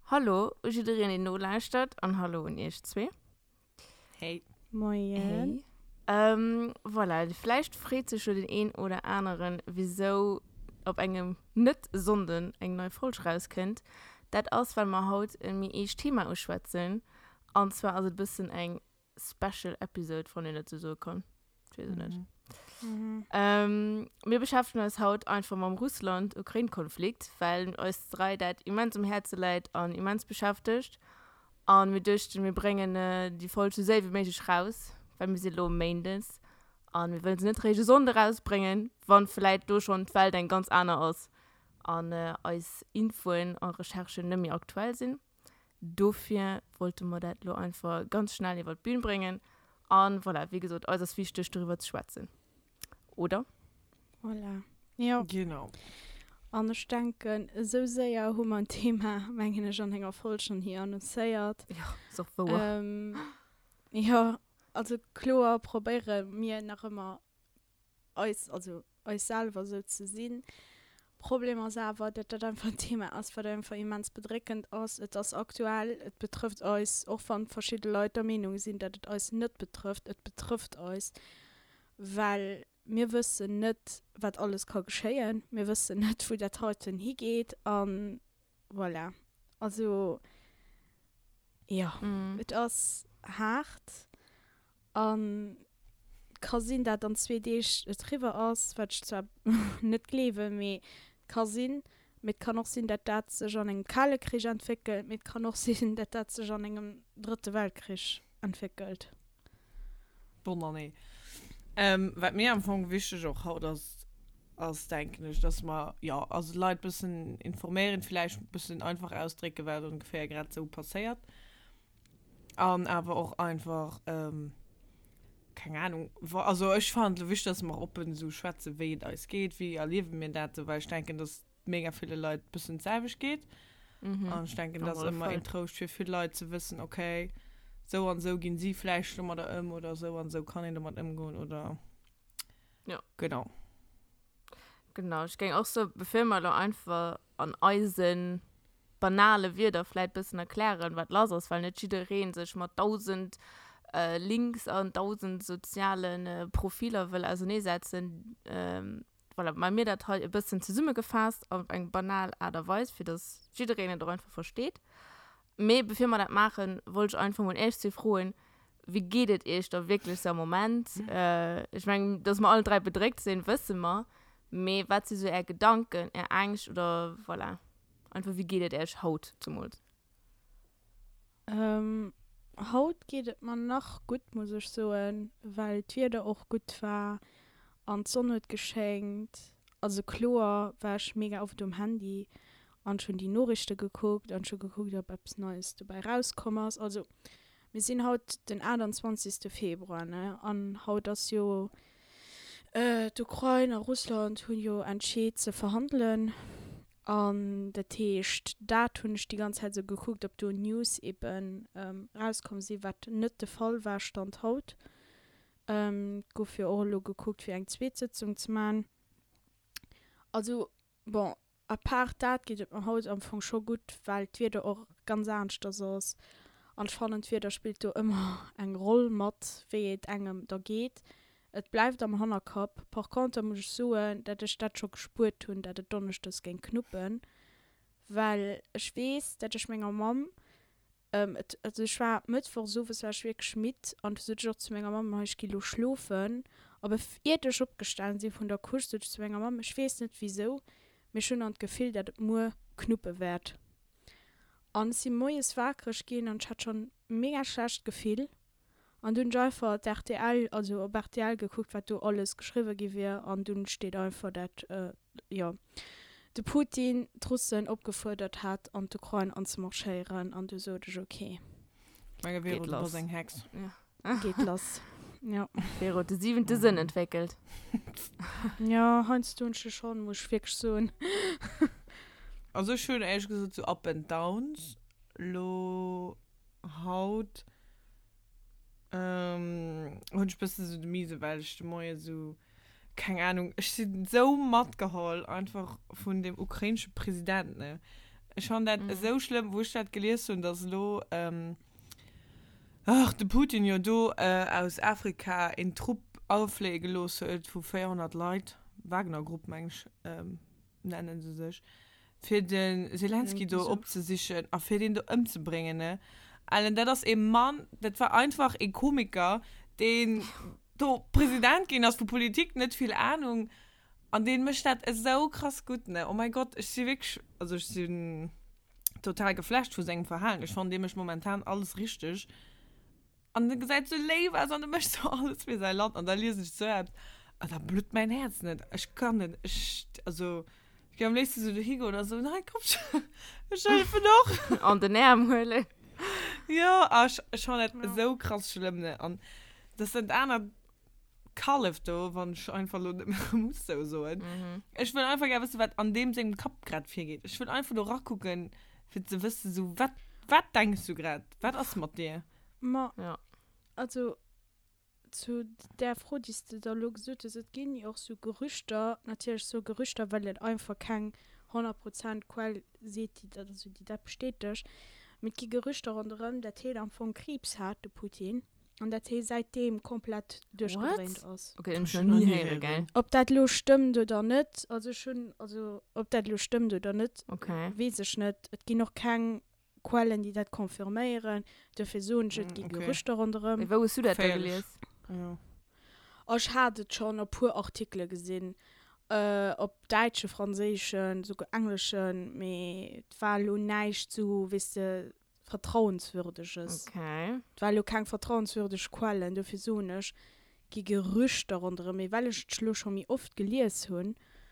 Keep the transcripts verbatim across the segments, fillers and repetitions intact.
Hallo, ich bin in Nordlandstadt und hallo und ich zwei. Hey. Moin. Hey. Ähm, voilà, vielleicht fragt sich schon den einen oder anderen, wieso auf einem nicht Sonden eine neue Folge rauskommt. Das ist, weil wir heute ein erstes Thema ausschwätzen. Und zwar also ein bisschen ein Special Episode von denen zu so kann. Ich weiß nicht. Mhm. Ähm, wir beschäftigen uns heute einfach mal im Russland-Ukraine-Konflikt, weil uns drei das immens im Herzen leid und immens beschäftigt. Und wir dachten, wir bringen äh, die Folge so sehr wie möglich raus, weil wir sie low maintenance. Und wir wollen sie nicht richtig Sonde rausbringen, wann vielleicht du schon die Welt ein ganz anders ist. Und äh, als Infoen und Recherchen nicht mehr aktuell sind. Dafür wollten wir das einfach ganz schnell über die Bühne bringen. Und voilà, wie gesagt, äußerst wichtig darüber zu schwätzen. Oder? Voilà. Ja, Genau. und ich denke, so sehr haben wir ein Thema, meine ich schon länger voll schon hier annonciert. Ja, so für Ähm, ja, also klar probieren wir noch immer uns, also uns selber so zu sehen. Problem ist aber, dass das einfach ein Thema ist, das einfach immens bedrückend ist. Es ist aktuell, es betrifft uns, auch wenn verschiedene Leute der Meinung sind, dass es uns nicht betrifft. Es betrifft uns, weil wir wissen nicht, was alles kann geschehen. Wir wissen nicht, wo das heute hingeht. Und voilà. Also, ja, Mhm. es ist hart. Und kann sein, dass dann zwei D drüber ist, was ich zwar nicht glaube, aber kann sein, mit kann auch sein, dass das sich an einem Kalten Krieg entwickelt, mit kann auch sein, dass das sich an einem Dritten Weltkrieg entwickelt. Wunder nee. Ähm, was mir am Anfang wichtig auch hat, das als denken ist, dass man, ja, also Leute ein bisschen informieren, vielleicht ein bisschen einfach ausdrücken, weil ungefähr gerade so passiert. Und aber auch einfach, ähm, keine Ahnung, wa- also ich fand es wichtig, dass man offen so schwätzen, wie es geht, wie erleben wir das, weil ich denke, dass mega viele Leute ein bisschen selbst geht. Mhm. Und ich denke, Ja, das ist voll, immer voll. ein Trost für viele Leute zu wissen, okay, so und so gehen sie vielleicht immer da um oder so und so kann ich damit umgehen oder Ja. genau. Genau, ich ging auch so, bevor wir da einfach an Eisen banale Wörter vielleicht ein bisschen erklären, was los ist, weil nicht jeder reden sich mal tausend äh, Links und tausend sozialen äh, Profile will also nicht setzen, ähm, weil bei mir das halt ein bisschen zusammengefasst auf eine banale Art und Weise, für das jeder nicht einfach versteht. Aber bevor wir das machen, wollte ich einfach mal erst zu fragen, wie geht es euch da wirklich so im Moment? Äh, ich meine, dass wir alle drei bedrückt sind, wissen wir. Aber was sind so eher Gedanken, eher Angst oder voilà. Einfach, wie geht es euch heute zum Beispiel? Ähm, Haut geht es mir noch gut, muss ich sagen, weil die Wetter auch gut war und die Sonne hat geschenkt. Also klar war ich mega auf dem Handy und schon die Nachrichten geguckt und schon geguckt, ob etwas Neues dabei rauskommt. Also wir sind heute den einundzwanzigsten Februar, ne? Und heute ist ja äh, die Ukraine und Russland haben ja entschieden zu verhandeln. Und der Tisch, da habe ich die ganze Zeit so geguckt, ob du News eben ähm, rauskommen sie, was nicht der Fall war, stand heute. Ähm, ich habe für auch noch geguckt, für eine Zweitsitzung zu machen. Also, bon, apart das geht es mir heute am Anfang schon gut, weil die wieder auch ganz anders ist. Und ich fand, wieder spielt da immer eine Rolle mit, wie es einem da geht. Es bleibt am Hinterkopf. Par contre muss ich sagen, dass ich das schon gespürt habe, dass es Donnerstag gegen Knuppen. Weil ich weiß, dass ich meiner Mom, ähm, et, also ich war Mittwoch so, es war wirklich mit, und so ich auch zu meiner Mom, ich gehe schlafen. Aber ihr ist abgestanden, sie von der Kurs zu meiner Mom, ich weiß nicht wieso, mir schon das Gefühl, dass es nur Knuppen wird. Und sie muss wackrig gehen und ich hatte schon ein mega schlechtes Gefühl. Und dann habe ich einfach R T L, also auf R T L geguckt, was da alles geschrieben wird. Und dann steht einfach, dass, äh, ja, der Putin die Russen aufgefordert hat, an die Ukraine anzumarschieren. Und du sagst, okay, Meine Geht wäre los. was ein Hex. Ja. geht los. Ja, Wäre der siebente Sinn entwickelt. ja, Heinz, du schon, muss ich wirklich sagen. Also schön ehrlich gesagt so Up and Downs. Lo Haut. Ähm, und ich ein bisschen so die miese, weil ich mal so, keine Ahnung, ich bin so matt geholt einfach von dem ukrainischen Präsidenten. Ne? ich fand das Mhm. so schlimm, wo ich das gelesen und dass lo, ähm, ach, der Putin ja do äh, aus Afrika in Trupp auflegen los für vierhundert Leute, Wagner-Gruppe, Mensch, ähm, nennen sie sich, für den Zelensky Irgendwie da so. abzusichern, auch für den da umzubringen, ne? Also, das ist ein Mann, das war einfach ein Komiker, den der Präsident gehen aus der Politik nicht viel Ahnung, an den möchte das so krass gut, ne? Oh mein Gott, ich sehe wirklich, also ich bin total geflasht von seinem Verhalten. Ich fand dem ich momentan alles richtig. Und dann gesagt so Leber, also dann möchte so alles für sein Land. Und dann lese ich so, und da blutet mein Herz nicht. Ich kann nicht, ich, also, ich gehe am nächsten so Higo oder so, nein, komm schon, ich helfe noch. An den Arm holen. Ja, aber ich, ich fand das Ja. so krass schlimm, ne? Und das sind einer Kalif da, wenn ich einfach nur nicht mehr muss so so. Mhm. Ich will einfach gerne wissen, was an dem seinem Kopf gerade viel geht. Ich will einfach nur rausgucken, für zu wissen, so, was was denkst du gerade? Was ist mit dir? Ma, Ja. also zu der Frau, die du da lo gesagt hast, es gehen ja auch so Gerüchte, natürlich so Gerüchte, weil es einfach kein hundert Prozent Quell sieht, die, also die da bestätigt. Mit den Gerüchten rundherum, dass er dann von Krebs hat, der Putin, und dass er seitdem komplett durchgedreht ist. Okay, ich Schon schon nie nie hören, hören. gell? Ob das lo stimmt oder nicht, also schon, also ob das lo stimmt oder nicht, Okay. weiß ich nicht. Es gibt noch keine Quellen, die das konfirmieren. Dafür so ein Mm, die okay. Gerüchte rundherum. Wo hast du das da Gefährlich. gelesen? Ja. Oh, ich hatte schon ein paar Artikel gesehen, äh, ob deutsche, französischen, sogar englischen, aber es war lo nicht so, wisst ihr, vertrauenswürdiges. Okay. Es war lo kein vertrauenswürdiges Quellen, dafür so nicht. Die Gerüchte rundherum, weil ich das schon mal oft gelesen habe,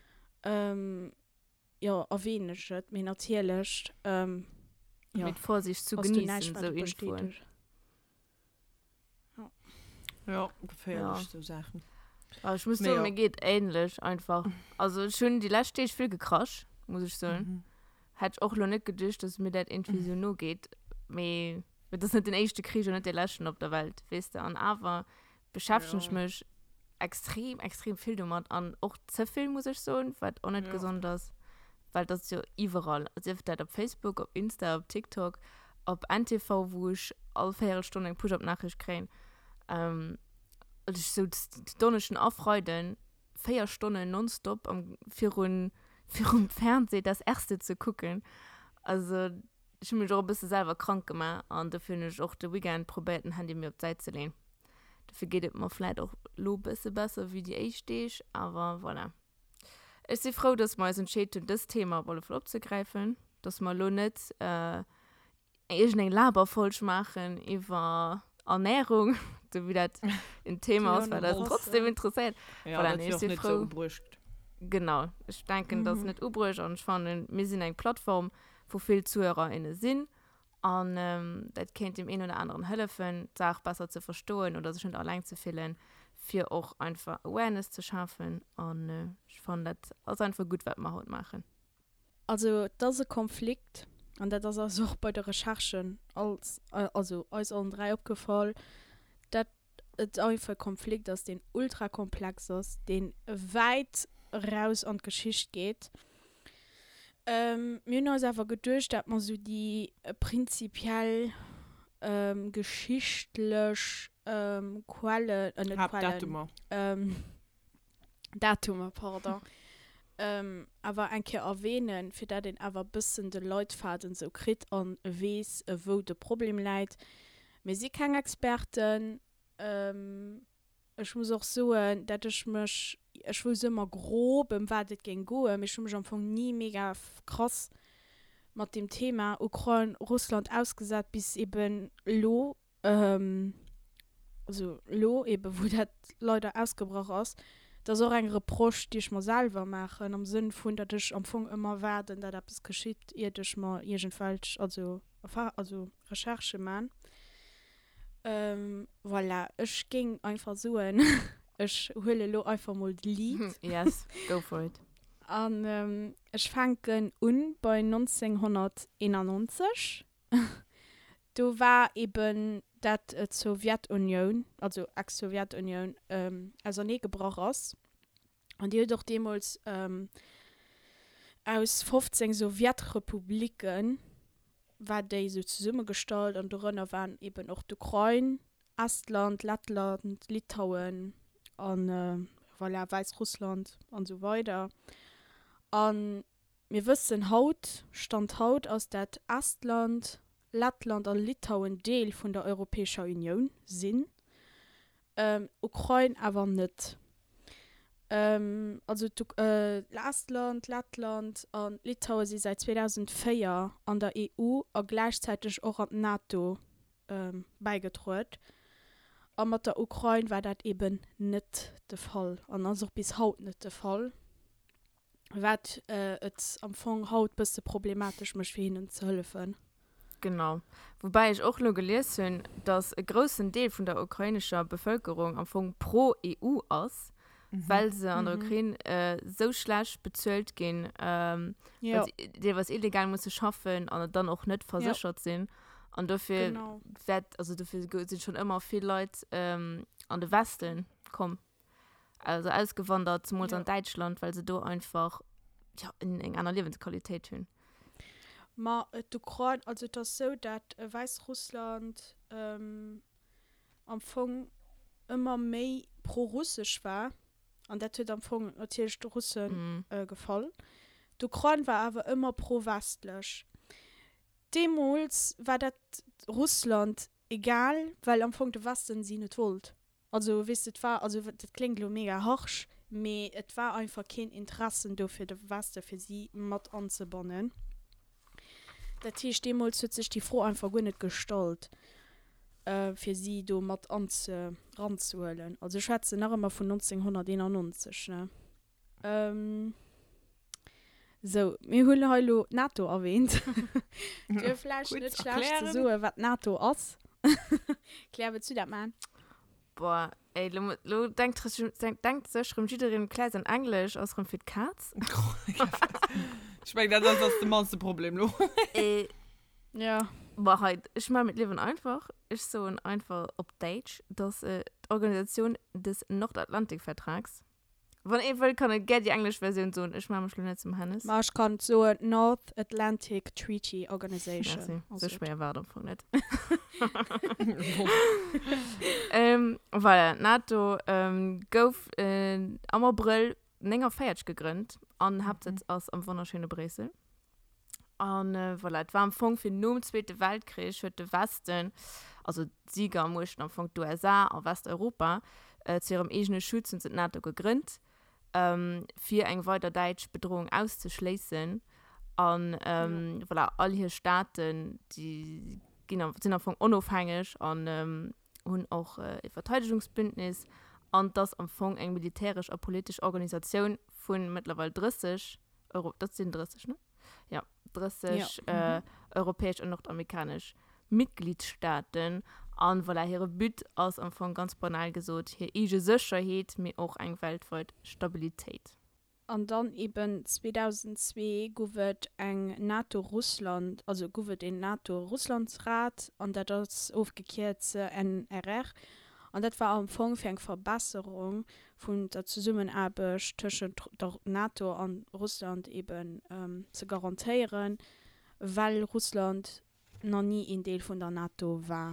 ähm, ja, erwähne ich es, mir natürlich, ähm, ja, Mit Vorsicht zu hast du genießen, nicht, was so du Info. bestätigst. Ja, gefährlich, Ja. so Sachen. Aber ich muss Nee, sagen, ja. mir geht ähnlich einfach. Also schon die letzte ist viel gekrascht, muss ich sagen. Mhm. Hätte ich auch noch nicht gedacht, dass mir das irgendwie so nur geht. Aber das ist nicht der erste Krieg und nicht der letzte auf der Welt, weißt du. Und aber beschäftige ich Ja. mich extrem, extrem viel damit an. Auch zu viel, muss ich sagen, was auch nicht Ja. gesund ist. Weil das ist ja überall. Also ich das auf Facebook, auf Insta, auf TikTok, auf N T V, wo ich alle vier Stunden eine Push-Up-Nachricht kriege. Ähm, und ich so die donnerschen Aufreuden, vier Stunden nonstop am für ein für ein Fernsehen das erste zu gucken. Also ich habe mich auch ein bisschen selber krank gemacht und da finde ich auch der Weekend probiert, ein Handy mir auf die Seite zu legen. Dafür geht es mir vielleicht auch ein bisschen besser wie die erste, aber voilà. Ich bin froh, dass wir uns entschieden, das Thema voll abzugreifen, dass wir noch nicht äh, irgendein Laber falsch machen über Ernährung, so wie das ein Thema ist, weil das Ernährung, trotzdem ja. interessiert. Ja, Voilà, das nee, ist ist auch die nicht Frau- so gebrüscht. Genau, ich denke, mhm. das ist nicht übrig und ich fand, wir sind eine Plattform, wo viele ZuhörerInnen sind und ähm, das könnte dem einen oder anderen helfen, die Sache besser zu verstehen oder sich nicht allein zu fühlen, für auch einfach Awareness zu schaffen und äh, ich fand, das ist einfach gut, was wir heute machen. Also das ist ein Konflikt und das ist also auch bei der Recherchen als, äh, also uns allen drei aufgefallen, dass es einfach ein Konflikt ist, den ultra komplex ist, den weit raus an die Geschichte geht. Ähm, mir haben uns einfach gedacht, dass man so die äh, prinzipiell ähm, geschichtlich ähm, Quellen, äh, nicht Hab Quellen, Datum. ähm, Datum, pardon. ähm, aber ein paar erwähnen, für da den aber ein bisschen die Leute faden so krit an weiß, äh, wo das Problem liegt. Wir sind keine Experten. Ähm, ich muss auch sagen, dass ich mich, ich weiß immer grob, um was es ging, aber ich habe mich am Anfang nie mega f- krass mit dem Thema Ukraine, Russland ausgesetzt, bis eben lo, ähm, also lo eben, wo das leider ausgebrochen ist. Das ist auch ein Reproche, die ich mir selber mache, im Sinne von, dass ich am Anfang immer werde, dass etwas geschieht, ihr das mal jedenfalls, also, also Recherche machen. Ähm, voilà, ich ging einfach so ein, ich hole lo einfach mal das Lied. Yes, go for it. Und ähm, ich fange an bei neunzehnhunderteinundneunzig. Da war eben das äh, Sowjetunion, also Ex-Sowjetunion, ähm, also nie gebrochen ist. Und die hat doch damals ähm, aus fünfzehn Sowjetrepubliken war die so zusammengestellt und darunter waren eben auch die Ukraine, Estland, Lettland, Litauen und äh, voilà, Weißrussland und so weiter. Und wir wissen heute, Stand heute, aus der Estland, Lettland und Litauen Teil von der Europäischen Union sind. Ähm, Ukraine aber nicht. Ähm, also äh, Estland, Lettland und Litauen sind seit zweitausendvier an der E U und gleichzeitig auch an NATO ähm, beigetragen. Und mit der Ukraine war das eben nicht der Fall. Und also bis heute nicht der Fall. Was äh, es am Anfang heute ein bisschen problematisch ist, für ihnen zu helfen. Genau. Wobei ich auch noch gelesen habe, dass ein großer Teil von der ukrainischen Bevölkerung am Anfang pro E U ist, mhm. weil sie an der Ukraine äh, so schlecht bezahlt gehen, ähm, ja. weil sie, die was illegal müssen schaffen und dann auch nicht versichert ja. sind. Und dafür, genau. wird, also dafür sind schon immer viele Leute ähm, an den Westen kommen. Also ausgewandert zum ja. in Deutschland, weil sie da einfach ja, in, in einer Lebensqualität haben. Ma äh, Ukraine, also das ist so, dass äh, Weißrussland ähm, am Anfang immer mehr pro-russisch war. Und das hat am Anfang natürlich den Russen mm. äh, gefallen. Die Ukraine war aber immer pro-westlich. Demals war das Russland egal, weil am Anfang der Westen sie nicht wollte. Also, wisst ihr, war, also das klingt mega harsch, aber es war einfach kein Interesse dafür, den Westen für sie mit anzubannen. Der Tisch damals hat sich die Frau einfach gar nicht gestellt, äh, für sie da mit anzu, ranzuholen. Also ich schätze noch immer von neunzehnhunderteinundneunzig. Ne? Ähm, so, wir haben heute NATO erwähnt. Du hast vielleicht nicht schlecht zu sagen, was NATO ist. Klär mir zu, das Mann. Boah, ey, du, du denkst du schon wieder in Klasse in Englisch aus dem Fit Cards? Ich meine, das ist das meiste Problem, lo. äh, ja. Aber halt, ich meine mit Leben einfach, ist so ein einfach Update, dass äh, die Organisation des Nordatlantikvertrags, wenn ich will, kann ich gerne die englische Version so, ich mache mich schon nicht zum Hannes. Ich kann so North Atlantic Treaty Organization. Ja, also so schwer war das nicht. ähm, weil NATO ähm, gouf äh, am April länger Feiertag gegründet und habt jetzt aus am wunderschönen Bresel. Und äh, voilà, es war am Anfang für nur im Zweiten Weltkrieg für den Westen, also die Sieger mussten am Anfang die U S A und Westeuropa äh, zu ihrem eigenen Schutz und sind NATO gegründet, ähm, für eine weitere deutsche Bedrohung auszuschließen. Und ähm, ja. voilà, alle hier Staaten, die genau, sind am Anfang unabhängig und ähm, haben auch äh, ein Verteidigungsbündnis. Und das am Anfang eine militärische und politische Organisation von mittlerweile dreißig, Euro, das sind dreißig, ne? Ja, dreißig ja. Äh, mhm. europäisch und nordamerikanisch Mitgliedstaaten. Und weil er ihre Büt aus am Anfang ganz banal gesagt, hier ist Sicherheit, mir auch eine weltweite Stabilität. Und dann eben zweitausendzwei wird ein NATO-Russland, also wird ein NATO-Russlandsrat und das ist aufgekehrt zu N R R. Und das war am Anfang für eine Verbesserung von der Zusammenarbeit zwischen der NATO und Russland eben ähm, zu garantieren, weil Russland noch nie ein Teil von der NATO war.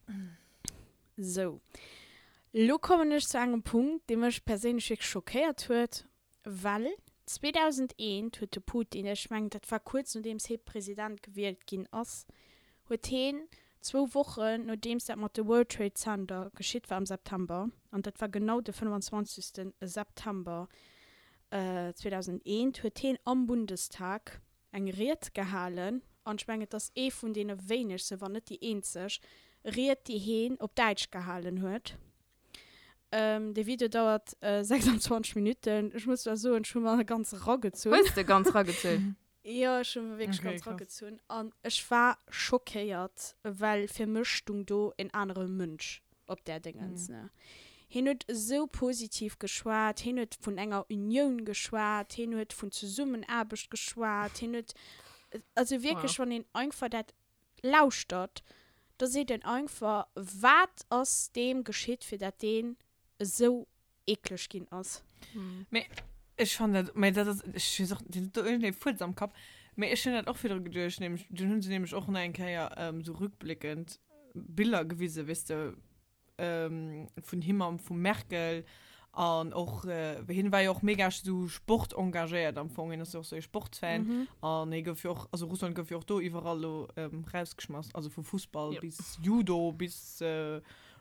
So. Jetzt kommen wir zu einem Punkt, der mich persönlich schockiert hat, weil zweitausendeins hat Putin, ich meine, das war kurz nachdem er Präsident gewählt ging, ist, hat er zwei Wochen nachdem es mit dem World Trade Center geschieht war im September, und das war genau der fünfundzwanzigsten September äh, zweitausendeins, hat er am Bundestag ein Rede gehalten, und ich meine, das ist eh von denen wenigsten, wenn nicht die einzige Rede, die er auf Deutsch gehalten hat. Ähm, das Video dauert äh, sechsundzwanzig Minuten. Ich muss da so und schon mal ganz rangezogen. Du bist ganz rangezogen? Ja, schon wirklich okay, ganz rangezogen. Und ich war schockiert, weil für mich du da ein anderer Mensch auf der Dingens. Mhm. Ne? Er hat so positiv geschwärzt, er hat von einer Union geschwärzt, er hat von Zusammenarbeit geschwärzt, er hat also wirklich, wow. Wenn ihn einfach das lauscht hat, da sieht er einfach, was aus dem geschieht, für das den so eklig gehen aus. Hm. ich fand das, mein, das ist, ich weiß auch, das ist irgendwie voll am Kopf. Aber ich finde das auch wieder durch, nämlich, du hast nämlich auch in einem Jahr ähm, so rückblickend Bilder gewesen, weißt du, ähm, von ihm und von Merkel. Und auch, äh, hin war ja auch mega so Sport engagiert am Anfang, er ist auch so ein Sportfan. Mhm. Und er gibt auch, also Russland gibt auch da überall ähm, rausgeschmissen, also von Fußball ja. bis Judo, bis äh,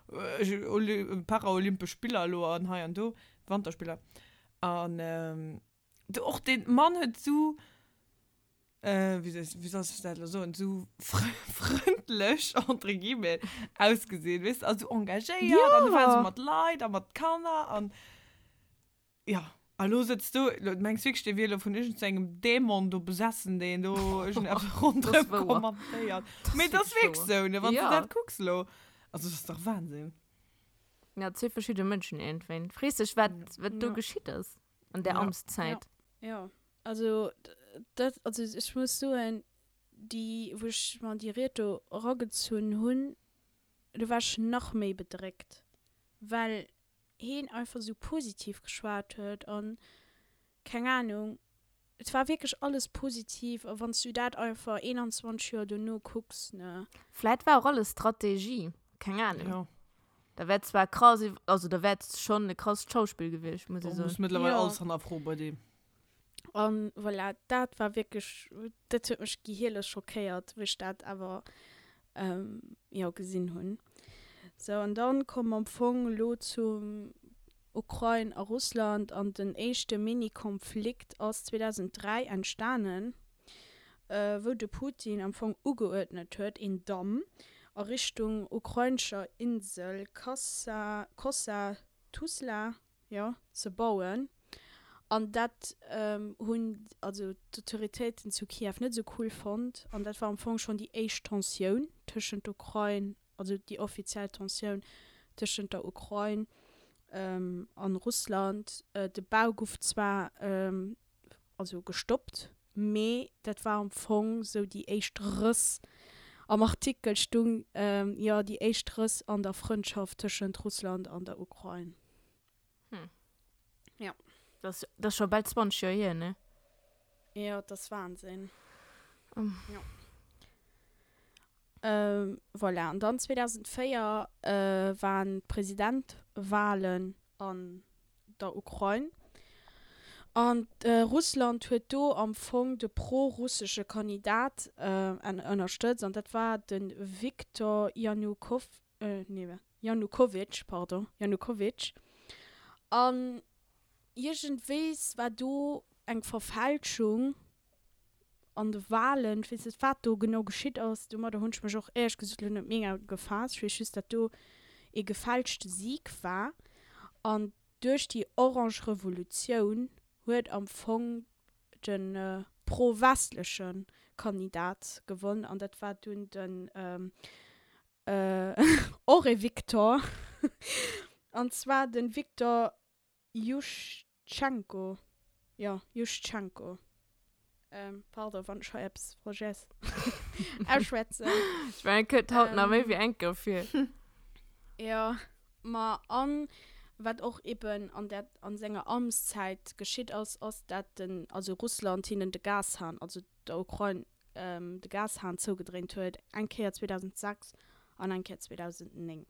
äh, Paralympische Spieler an hier und da, Wanderspieler. Und ähm, auch den Mann hat so, äh, wie, das, wie soll ich das so, so freundlich und Regime ausgesehen, weißt du, also engagiert, ja. Dann waren sie mit Leuten, mit Kanner und ja, hallo sitzt du, du meinst wirklich, die Wähler von irgendeinem Dämon, du besessen den, du ist einfach runtergekommen. Aber das ist wirklich so, ne, wenn ja. du das guckst, lo. Also das ist doch Wahnsinn. Ja, zwei verschiedene Menschen irgendwann. Fragst dich, was, was ja. du geschieht ist an der ja. Amtszeit. Ja. ja, also, das, also ich muss so ein, die, wo ich mal die Reto rangezogen habe, du warst noch mehr bedrückt. Weil ihn einfach so positiv geschwärzt hat und keine Ahnung, es war wirklich alles positiv, aber wenn du das einfach einundzwanzig Jahre nur guckst, ne. Vielleicht war auch alles Strategie, keine Ahnung. Ja. Da wird zwar krass, also da wird schon ein krasses Schauspiel gewesen, muss ich sagen. Du musst mittlerweile ja. alles froh bei dem. Und voilà, das war wirklich, das hat mich gehirnlich schockiert, wie ich das aber ähm, ja, gesehen habe. So, und dann kommen wir am Anfang zum Ukraine und Russland und den ersten Mini-Konflikt aus zweitausenddrei entstanden, äh, wo der Putin am Anfang angeordnet hat in Dom in Richtung ukrainischer Insel Kossa, Kossa Tuzla ja, zu bauen. Und das ähm, haben also die Autoritäten zu Kiew nicht so cool fand. Und das war am Anfang schon die erste Tension zwischen der Ukraine, also die offizielle Tension zwischen der Ukraine ähm, und Russland. Äh, der Bau wurde zwar ähm, also gestoppt, aber das war am Anfang so die erste Riss. Am Artikel stand ähm, ja die erste Riss an der Freundschaft zwischen Russland und der Ukraine. Hm. Ja. Das, das ist schon bald zwanzig Jahre hier, ne? Ja, das ist Wahnsinn. Um. Ja. Ähm, voilà. Und dann zweitausendvier äh, waren Präsidentwahlen an der Ukraine. Und äh, Russland hat da am Anfang den pro-russischen Kandidat äh, unterstützt. Und das war den Viktor Janukov, äh, nee, Janukowitsch, pardon, Janukowitsch. Und irgendwie war da eine Verfälschung an den Wahlen, wie es was da genau geschieht aus, da habe ich mich auch ehrlich gesagt nicht mega gefasst. Ich weiß, dass da ein gefälschter Sieg war. Und durch die Orange Revolution hat am Anfang den äh, pro-westlichen Kandidat gewonnen. Und das war dann den ähm, äh, Ore Viktor. Und zwar den Viktor Juschenko. Ja, Juschenko. Ähm, pardon, wenn ich etwas vergesse. Ausschwätzen. Ich meine, ich könnte halt noch mehr wie ein Gefühl. Ja, mal an, was auch eben an, der, an seiner Amtszeit geschieht, aus, aus dass den, also Russland ihnen den Gashahn, also der Ukraine, ähm, den Gashahn zugedreht hat. Ein Kehr zweitausendsechs und ein Kehr zweitausendneun.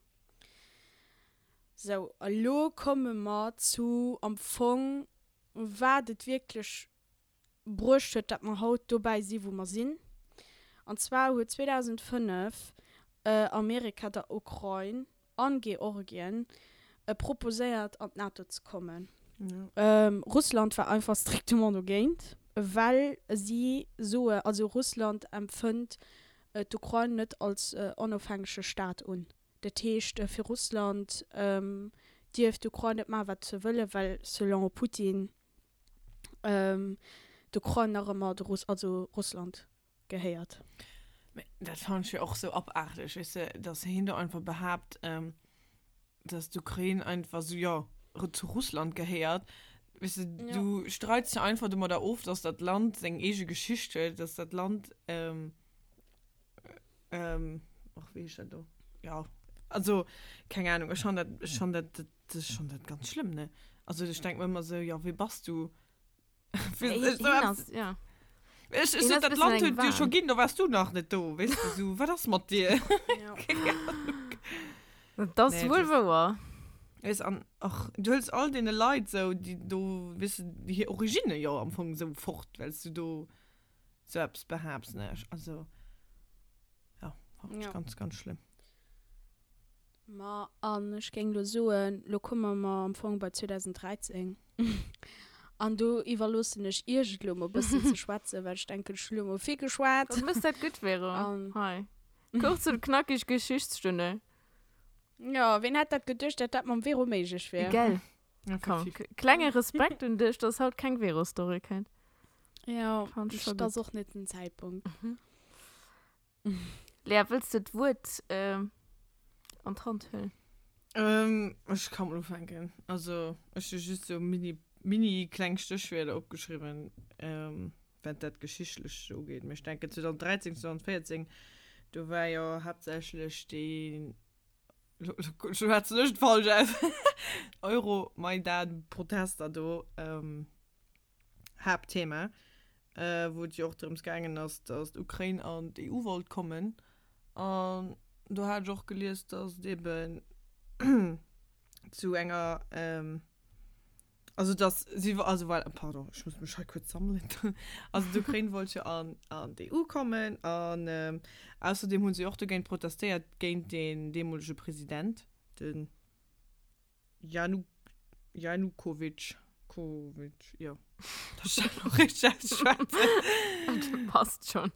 So, hallo, kommen wir zu am Anfang, war das wirklich brüstet, dass man heute dabei sind, wo wir sind. Und zwar hat zweitausendfünf äh, Amerika der Ukraine und Georgien äh, proposiert, an die NATO zu kommen. Ja. Ähm, Russland war einfach striktement dagegen, weil sie so, also Russland empfindet äh, die Ukraine nicht als äh, unabhängiger Staat an. Das heißt, äh, für Russland ähm, dürfte die Ukraine nicht mal was zu wollen, weil selon Putin ähm, die Ukraine noch einmal Russ also Russland gehört. Das fand ich auch so abartig, weißt du, dass hinter einfach behauptet, ähm, dass die Ukraine einfach so, ja, zu Russland gehört. Weißt du, ja. Du streitst ja einfach immer da auf, dass das Land seine eigene Geschichte, dass das Land, ähm, ähm, ach, wie ist das da? Ja, also, keine Ahnung, schon das, schon das, das ist schon das ganz schlimm, ne? Also, ich denke mir immer so, ja, wie bist du für, Ey, ich, so, Hinas, ja. ich, ich, Hinas so, das bisschen Land eng hat dir warm. schon gehen, da warst du noch nicht da, weißt du, so, was das mit dir? Ja. Das Nee, wohl das- wahr. Ist an, ach, du hältst all deine Leute so, die du, weißt du, die Origine ja am Anfang so fort, weil du du selbst behabst, nicht? Also, ja, fand ich Ja. ganz, ganz schlimm. Ma an ich ging lo so lo kummer ma am Anfang bei zwanzig dreizehn an du evalusten ich irgendwo ein bisschen zu schwätzen weil ich denke schlimm viel Das geschwätzt müsste halt gut wäre. Um. Hi. Kurz und knackig Geschichtsstunde. ja wen hat das gedacht dass das man vero möglich wäre Geil. Ja, Komm. perfekt. Kleiner Respekt und dich, das halt kein Vero-Story kennt. ja Fand ich ich schon das auch nicht ein Zeitpunkt Lea, willst du das Wort ähm, an die Hand hüllen? Ähm, ich kann mal anfangen. Also, ich habe just so mini, mini kleine Stichwörter abgeschrieben, ähm, wenn das geschichtlich so geht. Ich denke, zwanzig dreizehn, zwanzig vierzehn, da war ja hauptsächlich die, schon hat es nicht falsch aus, Euro-Maidan-Protester da, ähm, Hauptthema, äh, wo die auch darum gegangen ist, dass die Ukraine an die E U wollte kommen. Und du hast auch gelesen, dass eben zu enger ähm, also dass sie war also weil pardon ich muss mich halt kurz sammeln also die Ukraine wollte an an die E U kommen und ähm, außerdem haben sie auch dagegen protestiert gegen den dämonischen Präsident den Janu Janukowitsch Kovic ja das ist noch richtig schwarz Passt schon.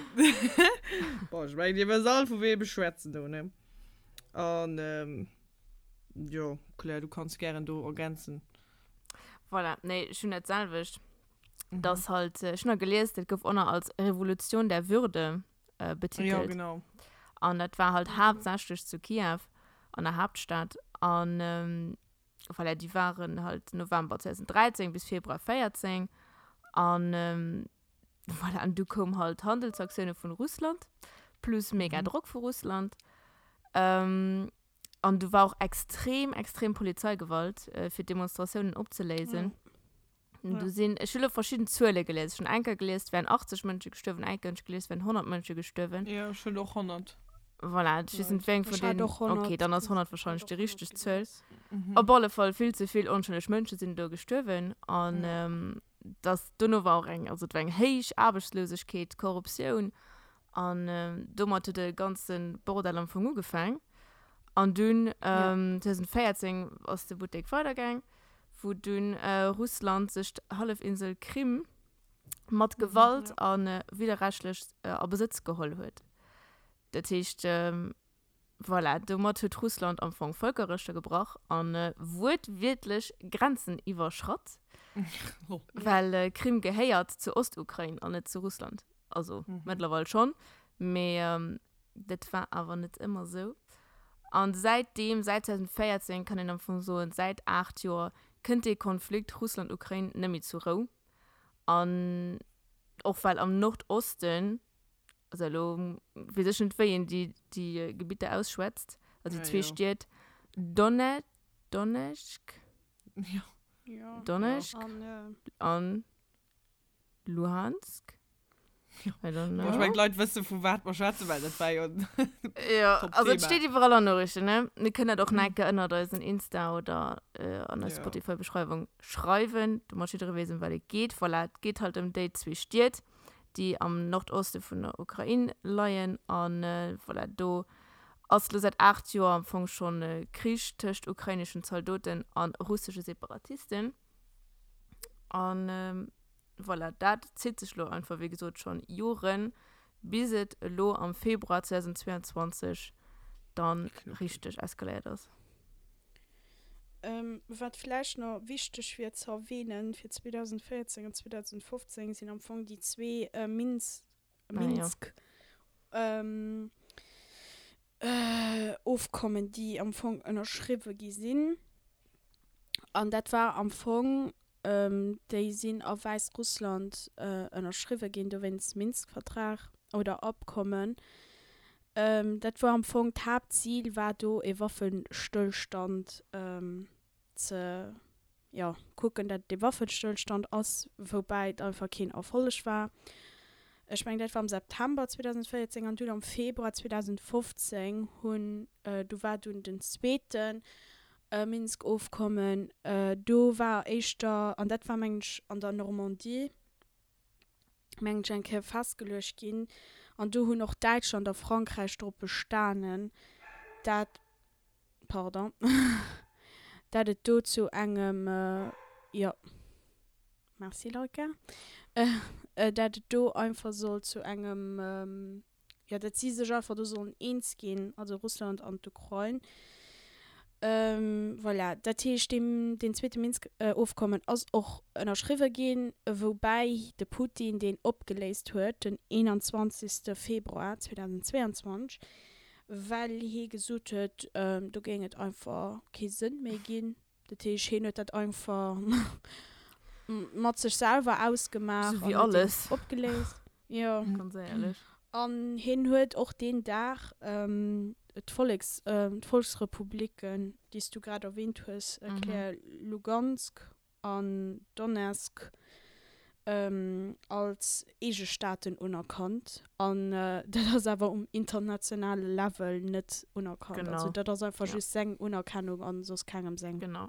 boah ich meine wir sollen von wem beschwätzen du ne und ähm, ja, klar, du kannst gerne du ergänzen. Voilà, nee, schon nicht selbst. Mhm. Das halt, äh, schon gelesen, das gibt auch noch als Revolution der Würde äh, betitelt. Ja, genau. Und das war halt hauptsächlich zu Kiew, an der Hauptstadt. Und ähm, voilà, die waren halt November zwanzig dreizehn bis Februar vierzehn. Und, ähm, voilà, und du kommst halt Handelsaktionen von Russland, plus mega Mhm. Druck von Russland. Ähm, und du war auch extrem, extrem Polizeigewalt äh, für Demonstrationen abzulesen. Und Ja. du siehst, ich habe verschiedene Zahlen gelesen. Schon einmal gelesen, werden achtzig Menschen gestorben, einmal gelesen, werden hundert Menschen gestorben. Ja, schon doch hundert. Voilà, das sind wegen von Ich hatte denen. auch hundert. Okay, dann ist hundert wahrscheinlich Ich die hatte auch richtige hundert Zahl. gelesen. Mhm. Auf alle Fall viel zu viele unschuldige Menschen sind da gestorben. Und Ja. ähm, das Donau war auch eng. Also, es war eine hohe Arbeitslosigkeit, Korruption. Und ähm, da hat der ganze Bordell am Anfang angefangen. Und dann, ähm, zwanzig vierzehn, ist der Boutique weitergegangen, wo dann äh, Russland sich die Halbinsel Krim mit Gewalt ja. an äh, widerrechtlich äh, an Besitz geholt hat. Das heißt, ähm, voilà, damit hat Russland am Anfang Völkerrechte gebracht und äh, wurde wirklich Grenzen überschritten, Oh. weil äh, Krim gehört zur Ostukraine und nicht zu Russland. Also Mhm. mittlerweile schon, aber ähm, das war aber nicht immer so. Und seitdem, seit zwanzig vierzehn, kann ich am Anfang so, seit acht Jahren, könnte der Konflikt Russland-Ukraine nicht mehr zur Ruhe. Und auch weil am Nordosten, also lo, wie sich nicht wen, die, die äh, Gebiete ausschwätzt, also die Ja, zwei ja. Städte, Donetsk, Donetsk, Ja. Ja. Donetsk Und, äh, und Luhansk. Ja. I don't know. Ja. Ich meine, Leute wissen, von was man schätzen, weil das war ja. Ja, Top also es Thema. steht überall an der Richtung, ne? Wir können doch Mhm. nicht geändert, da ist ein Insta oder äh, an der Ja. Spotify-Beschreibung schreiben. Du musst wieder wissen, weil es geht, weil es geht halt um die zwei Städte, die am Nordosten von der Ukraine liegen. Und äh, voilà, da ist seit acht Jahren am Anfang schon äh, Krieg zwischen ukrainischen Soldaten und russischen Separatisten. Und ähm, voilà, das zieht sich lo einfach, wie gesagt, schon Jahren, bis es lo am Februar zwanzig zweiundzwanzig dann Knuffig. richtig eskaliert ist. Ähm, was vielleicht noch wichtig wird zu erwähnen, für zwanzig vierzehn und zwanzig fünfzehn sind am Anfang die zwei äh, Minsk, Ah, ja. Minsk ähm, äh, aufkommen, die am Anfang unterschrieben sind. Und das war am Anfang, ähm, die sind auf Weißrussland äh, unterschrieben gehen, wenn es Minsk-Vertrag oder Abkommen. Ähm, das war am Anfang das Hauptziel, war da ein Waffenstillstand ähm, zu ja, gucken, dass der Waffenstillstand aus, wobei einfach kein Erfolg war. Ich meine, das war im September zweitausendvierzehn und du im Februar zweitausendfünfzehn und äh, du warst den zweiten äh, Minsk aufgekommen. Äh, du war echt da, und das war manchmal an der Normandie, manchmal festgelöscht gehen. Und du hast noch Deutschland und Frankreich drauf bestanden, dass, pardon, dass es dort zu einem, äh, ja, merci Leute, äh, äh, dass es dort einfach so zu einem, ähm, ja, das sie sich einfach so ein eins gehen, also Russland und Ukraine. Ähm, voilà, das heißt, dem, den zweiten Minsk äh, aufkommen, als auch in der Schrift gehen, wobei der Putin den abgelesen hat, den einundzwanzigsten Februar zweitausendzweiundzwanzig, weil er gesagt hat, ähm, da ging es einfach keinen Sinn mehr gehen. Das heißt, er hat das einfach mit sich selber ausgemacht. So wie alles. Abgelesen. Ja. Ganz ehrlich. Und hin hat auch den Tag ähm, die, Volks, ähm, die Volksrepubliken, die du gerade erwähnt hast, erklärt mhm. Lugansk und Donetsk ähm, als Ege-Staaten unerkannt. Und äh, das ist aber um internationale Level nicht unerkannt. Genau. Also das ist einfach ja. just seine Unerkennung und sonst keinem sein. Genau.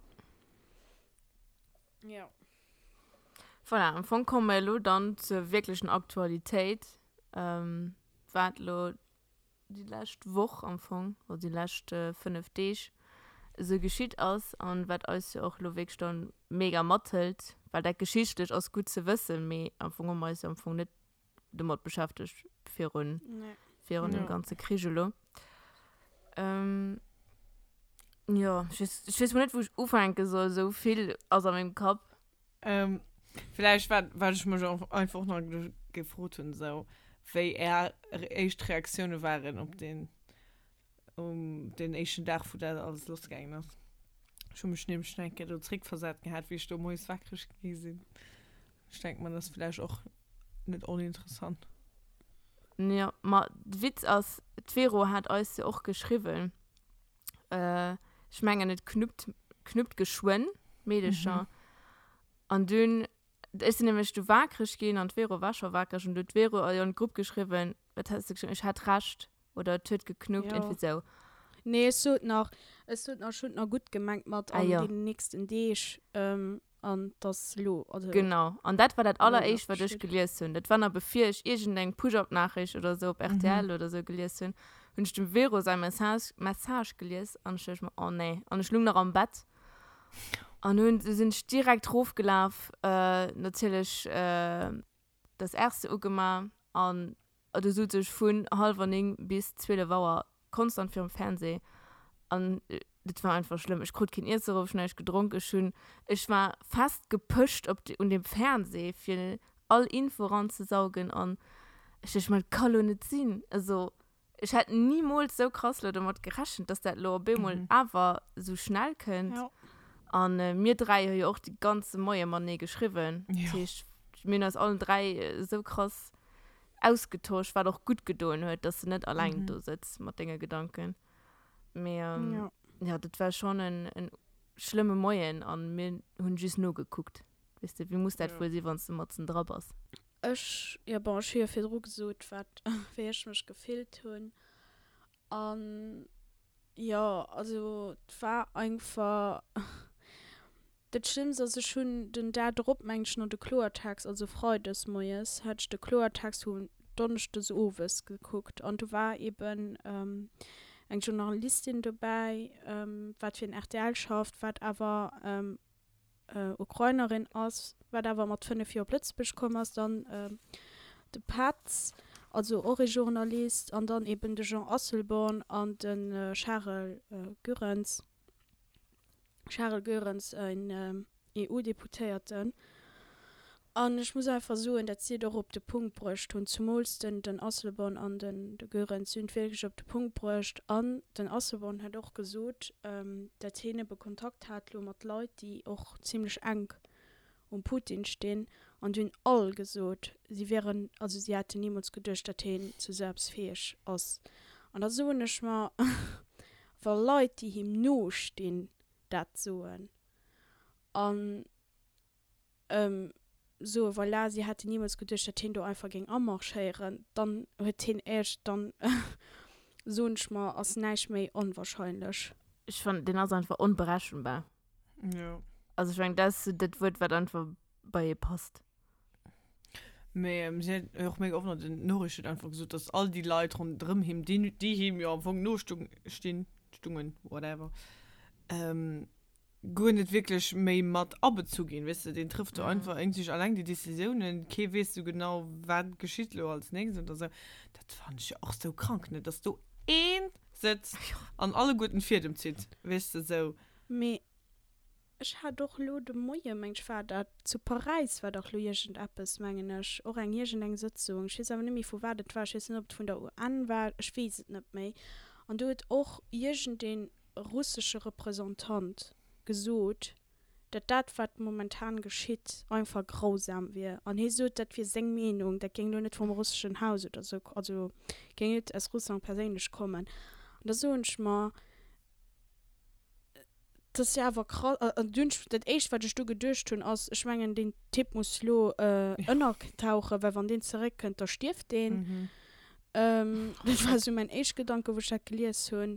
Ja. Voilà, am Anfang kommen wir dann zur wirklichen Aktualität. Ähm, war die letzte Woche am Anfang, oder die letzte fünf Tage, so geschieht aus und was uns ja auch wirklich dann mega mattelt, weil das Geschichte ist aus gut zu wissen, aber am Anfang haben wir uns am Anfang nicht damit beschäftigt, für den nee. ja. ganzen Krieg. Ähm, ja, ich weiß, ich weiß nicht, wo ich anfangen soll, so viel aus meinem Kopf. Ähm, vielleicht war, war ich mich auch einfach noch gefragt und so, wie er echt Reaktionen waren auf den um den ersten Tag, wo das alles losgegangen ist. Ich habe mich nämlich denke, du zurückversetzt gehabt, wie ich da morgens wackrig gewesen. Ich denke mal, das ist vielleicht auch nicht uninteressant. Ja, aber der Witz ist, Tvero hat uns ja auch geschrieben, äh, ich meine nicht knüpft, knüpft geschwungen, medischer. Mhm. Und dann ist nämlich du wackrig gehen und Vero war schon wackrig und du Vero in der Gruppe geschrieben, was hast du geschrieben, ich hatte rasch oder tut geknüpft, ja. irgendwie so. Nee, es tut noch, es tut noch schon noch gut gemeint mit ah, ja. den nächsten Tag ähm, und das Lo. Also genau, und das war das allererste, was ich gelesen habe. Das war noch bevor ich irgendeine Push-Up-Nachricht oder so auf R T L mhm. oder so gelesen habe. Und ich habe Vero seine Message, Message gelesen und ich dachte mir, oh nee. Und ich lag noch am Bett. Und nun sind ich direkt draufgelaufen, äh, natürlich äh, das erste Uhr gemacht und du sollst dich von halb neun bis zwölf Uhr konstant für den Fernsehen. Und äh, das war einfach schlimm. Ich konnte kein Erster auf, schnell getrunken. Schön. Ich war fast gepusht auf die, um den Fernsehen für all Info ranzusaugen und ich dachte mal, kann doch nicht sein. Also, ich hätte niemals so krass damit gerechnet, dass das Lo Bemol mhm. aber so schnell könnte. Ja. Und äh, wir drei haben ja auch die ganze Moje Mann geschrieben. Ja. Ich bin aus allen drei äh, so krass ausgetauscht, war doch gut getan hat, dass du nicht allein mhm. da sitzt mit den Gedanken. Aber, ähm, ja. ja, das war schon ein, ein schlimmer Moje und wir haben just nur geguckt. Weißt du, wie muss das ja. wohl sein, wenn du mit dem drauf bist? Ich, ja, bon, ich habe viel Druck gesagt, was ich mich gefehlt habe. Und ja, also, es war einfach. Das stimmt, also schon den da drauf Menschen und den Chlortax, also Freude des Mojes, hat ich den Chlortax von Donnerstag des Oves geguckt. Und da war eben ähm, eine Journalistin dabei, ähm, was für ein R T L schafft, was aber ähm, äh, Ukrainerin ist, was aber mit fünf Jahren plötzlich gekommen ist, dann ähm, der Patz, also auch ein Journalist, und dann eben der Jean Asselborn und den äh, Charles äh, Görens. Charles Görens, ein ähm, E U-Deputierten. Und ich muss einfach sagen, dass sie doch auf den Punkt bräuchte. Und zum Meisten den Asselborn und den, den Görens sind wirklich auf den Punkt bräuchte. Und den Asselborn hat auch gesagt, ähm, dass er Kontakt hat mit Leuten, die auch ziemlich eng um Putin stehen. Und haben alle gesagt, sie wären, also sie hätten niemals gedacht, dass er zu selbstfähig ist. Und da sage ich mal, für Leute, die ihm nur stehen, das so. Und ähm, so, voilà, sie hatte niemals gedacht, dass ihn da einfach gegen anmarschieren. Dann hat ihn erst dann so ein Schmal als nicht mehr unwahrscheinlich. Ich fand den also einfach unberechenbar. Ja. Also ich meine, das, das wird, was einfach bei ihr passt. Aber ähm, sie hat auch mega oft noch den Nachrichten einfach gesagt, dass all die Leute rundherum ihm, die, die ihm ja am Anfang nur stehen, stungen, whatever, ähm, gar nicht wirklich mehr mit abzugehen, weißt du, den trifft du Mhm. einfach irgendwie allein die Decisionen, kein weißt du genau, was geschieht als nächstes oder so. Das fand ich auch so krank, ne? Dass du ein sitzt an alle guten Vierten zieht, weißt du, so. Me, ich hatte doch lo de Moje, mein Vater, zu Paris war doch lo irgendetwas, meine ich, auch eine irgendeine Sitzung. Ich weiß aber nicht mehr, von wer das war, ich weiß nicht, ob es von der U N war, ich weiß es nicht mehr. Und du hat auch irgendein russischer Repräsentant gesagt, dass das, was momentan geschieht, einfach grausam wäre. Und er sagt, dass wir seine Meinung, das ging nur nicht vom russischen Haus oder so, also ging nicht aus Russland persönlich kommen. Und da so ich mal, das ist ja aber krass, äh, das erste, was ich da gedacht habe, als ich meine, den Tipp muss lo äh, ja. tauchen, weil wenn den zurückkommt, da stirbt den. Mhm. Ähm, das war so mein erster Gedanke, wo ich das gelesen habe.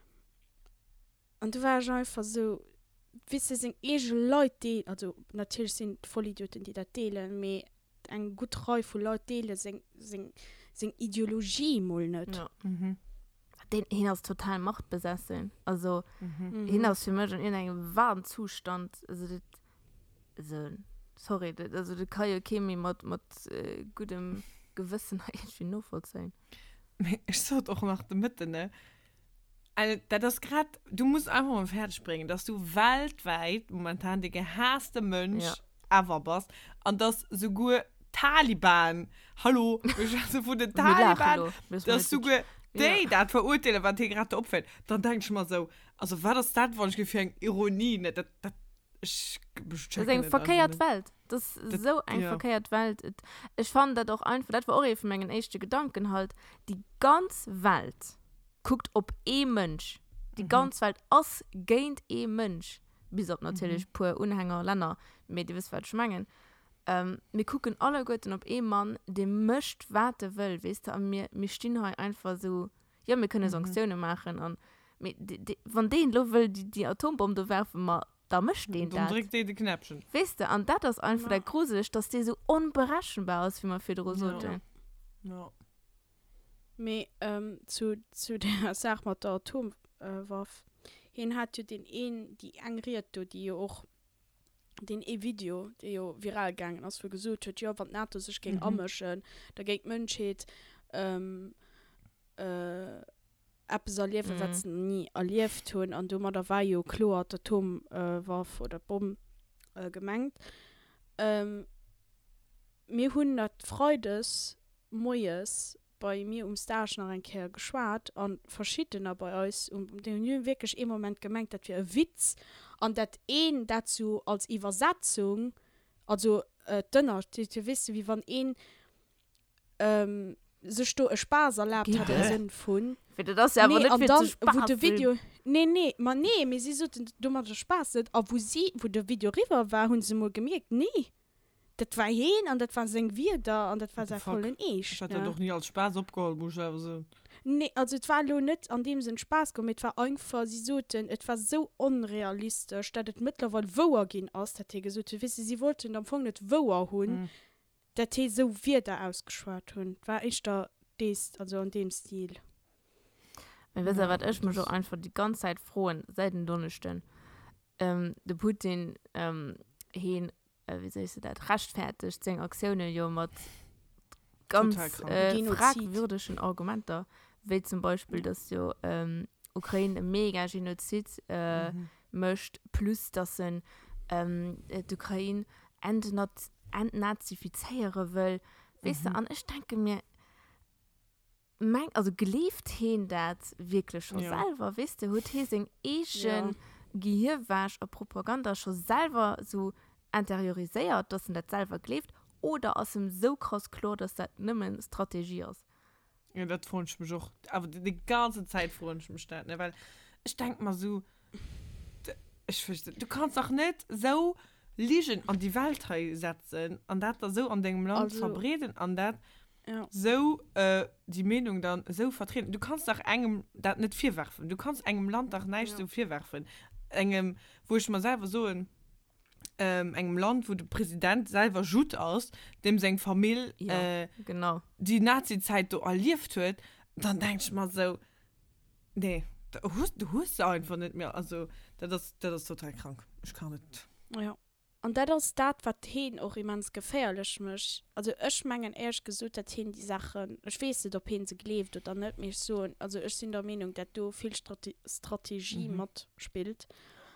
Und da war ich einfach so, wisst ihr, sind eh Leute, die, also natürlich sind Vollidioten, die das teilen, aber ein guter Reihe von Leuten teilen, sind, sind, sind Ideologie mal nicht. Ja. Mhm. Den hin ist total machtbesessen. Also, Mhm. Mhm. hin ist für mich in einem wahren Zustand. Also, das, also sorry, das, also, das kann ja kein mit, mit äh, gutem Gewissen irgendwie nachvollziehen. Ich so doch nach der Mitte, ne? Also, das gerade, du musst einfach mal fertig springen, dass du weltweit momentan der gehasste Mensch Ja. ever bist und dass sogar Taliban, hallo, ich also von den Wir lachen Taliban, lo. Müssen wir dass jetzt- sogar die Ja. das verurteilen, was dir gerade auffällt, dann denk ich mal so, also war das das, was ich gefühlt habe, Ironie, ne? Das, das, ich, ich Das ist check eine nicht, verkehrte also, ne? Welt. Das ist Das- so eine ja. verkehrte Welt. Et- Ich fand das auch einfach, das war auch eben mein erster Gedanken halt. Die ganze Welt guckt ob ein Mensch. Die Mhm. ganze Welt aus gegen ein Mensch. Bis auf natürlich mhm. pure Unhänger Länder, mit die wissen, was ich meine. Ähm, wir gucken alle gut ob ein Mann, der möchte, warten will, weißt du, und wir, wir stehen halt einfach so, ja, wir können Mhm. Sanktionen machen und mit, die, die, von denen lo will die, die Atombombe werfen, mal, da möchte den Dann das. drückt die die Knöpfchen. Weißt du, und das ist einfach Ja. der gruselig, dass die so unberechenbar ist, wie man für die Rose Ja. ja. Ja. Me, ähm, zu, zu der Sache mit der Atomwaffe. Hin hat ja den einen, die angriert, die ja auch den E-Video, der ja viral gegangen ist, für gesagt hat, ja, wenn NATO sich gegen Mhm. anmischen, da geht Menschheit, ähm, äh, etwas erleben, Mhm. was sie nie erlebt haben. Und da war ja klar, die Atomwaffe oder Bombe äh, gemeint. Ähm, mir haben das Freudes, Neues, bei mir um Stage noch ein Kerl geschwart und verschiedene bei uns und die haben wirklich im Moment gemerkt, dass wir ein Witz und das ein dazu als Übersetzung, also äh, dünner, die, die wissen, wie wenn ein ähm, sich da ein Spaß erlaubt Ja. hat, im Sinn von Finde das ja aber nee, nicht und viel dann, zu wo Spaß. der Video nee, nee, man nee, mir sie so du machst das Spaß nicht, aber wo sie, wo der Video rüber war, haben sie mal gemerkt, nee, das war hin und das war sein wir da und das war What the sehr fuck? voll in Ich ich. hatte doch nie als Spaß abgeholt, muss ich aber so. Nee, also es war lo nicht an dem Sinn Spaß gemacht, es war einfach, sie sollten, es war so unrealistisch, dass es mittlerweile woher gehen aus, dass sie gesagt haben, wissen Sie, sie wollten am Anfang nicht woher holen, Mhm. dass sie so wieder ausgeschwart haben. War ich da, das, also in dem Stil. Ich weiß ja, Ja, was ich mich das- auch einfach die ganze Zeit frohen, seit dem Donnerstag. Ähm, der Putin, ähm, hin, äh, wie soll ich sagen, rechtfertigt seine Aktionen ja mit ganz Total krank. äh, Genozid. fragwürdigen Argumenten, wie zum Beispiel, dass ja ähm, Ukraine ein mega Genozid äh, Mhm. möchte, plus dass sie ähm, die Ukraine entnaz- entnazifizieren will. Weißt du, Mhm. und ich denke mir, mein, also gelebt hin das wirklich schon Ja. selber, weißt du, hat er sein Ja. eigen Gehirnwasch und Propaganda schon selber so interiorisiert, dass er das selber gelebt, oder aus dem so krass klar, dass das nicht mehr eine Strategie ist. Ja, das freut ich mich auch. Aber die, die ganze Zeit freut ich mich das, ne? Weil ich denke mal so, d- ich verstehe, du kannst doch nicht so liegen an die Welt setzen an dat da so an dem Land Also- verbreden an dat Ja. so äh, die Meinung dann so vertreten du kannst auch engem dat nicht vier werfen du kannst engem Land auch nicht Ja. so vier werfen engem wo ich mal selber so in ähm, engem Land wo der Präsident selber gut aus dem sein Familie Ja. äh, Genau. die Nazi-Zeit du erlieft wird dann denkst du mal so nee da hust, du hast einfach nicht mehr also das ist das ist total krank ich kann nicht Ja. Und das ist das, was hin auch immens gefährlich macht. Also ich meine erst gesagt, dass hin die Sachen, ich weiß nicht, ob hin sie gelebt oder nicht mehr so. Also ich bin der Meinung, dass du viel Strate Strategie Mhm. mit spielt.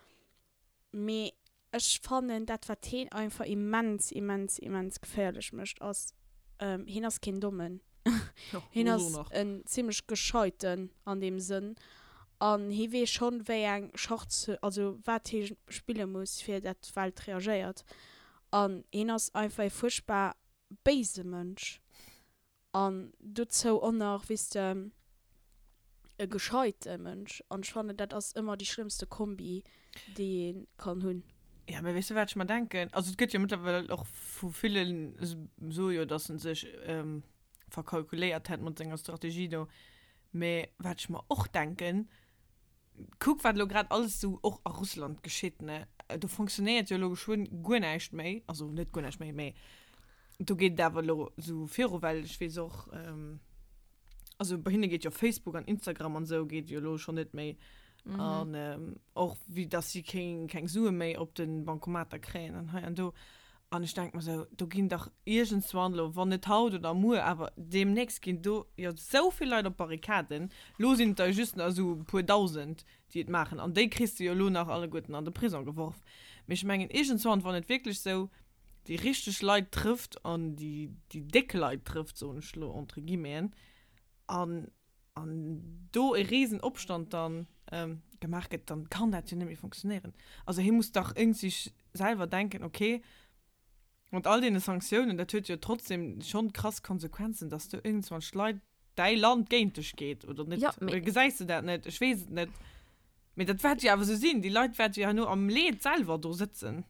Aber ich fand, das, was hin einfach immens, immens, immens gefährlich macht, als ähm, hin als kein Dummen. ja, Hin so als noch. ein ziemlich gescheiten an dem Sinn. Und hier weiß schon, wie ein Schwarz, also was hier spielen muss, für das die Welt reagiert. Und hin ist einfach ein furchtbar böse Mensch. Und dazu auch noch, wisst ihr, ein gescheiter Mensch. Und ich fand, das ist immer die schlimmste Kombi, die ihn kann haben. Ja, aber weißt du, was ich mal denke? Also, es gibt ja mittlerweile auch für viele so, ja, dass sie sich ähm, verkalkuliert hat mit seiner Strategie. Da. Aber was ich mal auch denke, guck, was gerade alles so auch in Russland geschieht. Ne? Du funktioniert ja logisch schon gut nicht mehr. Also, nicht gut nicht mehr, mehr. Du geht da aber so viel, weil ich weiß auch, ähm, also bei ihnen geht ja Facebook und Instagram und so geht ja schon nicht mehr. Mhm. Und ähm, auch wie dass sie kein, kein Suche mehr auf den Bankomat kriegen und, und, du, und ich denke mir so du gehen doch irgendwann wenn nicht haut oder nur aber demnächst gehen du ja so viele Leute auf Barrikaden los sind da just also ein paar tausend die das machen und die kriegst du ja nur nach alle Guten an der Prison geworfen mich mengen irgendwann wenn nicht wirklich so die richtig Leute trifft und die die dicke Leute trifft so ein Schlo und Regiment und und do ein riesen Abstand dann ähm, gemacht hat, dann kann das ja nicht mehr funktionieren. Also hier muss doch irgendwie selber denken, okay, und all diese Sanktionen, das hat ja trotzdem schon krass Konsequenzen, dass du irgendwann schleid dein Land gegen dich geht oder nicht. Ja, oder gesagt du das nicht, ich weiß es nicht. Aber das wird ja aber so sein, die Leute werden ja nur am Lied selber da sitzen.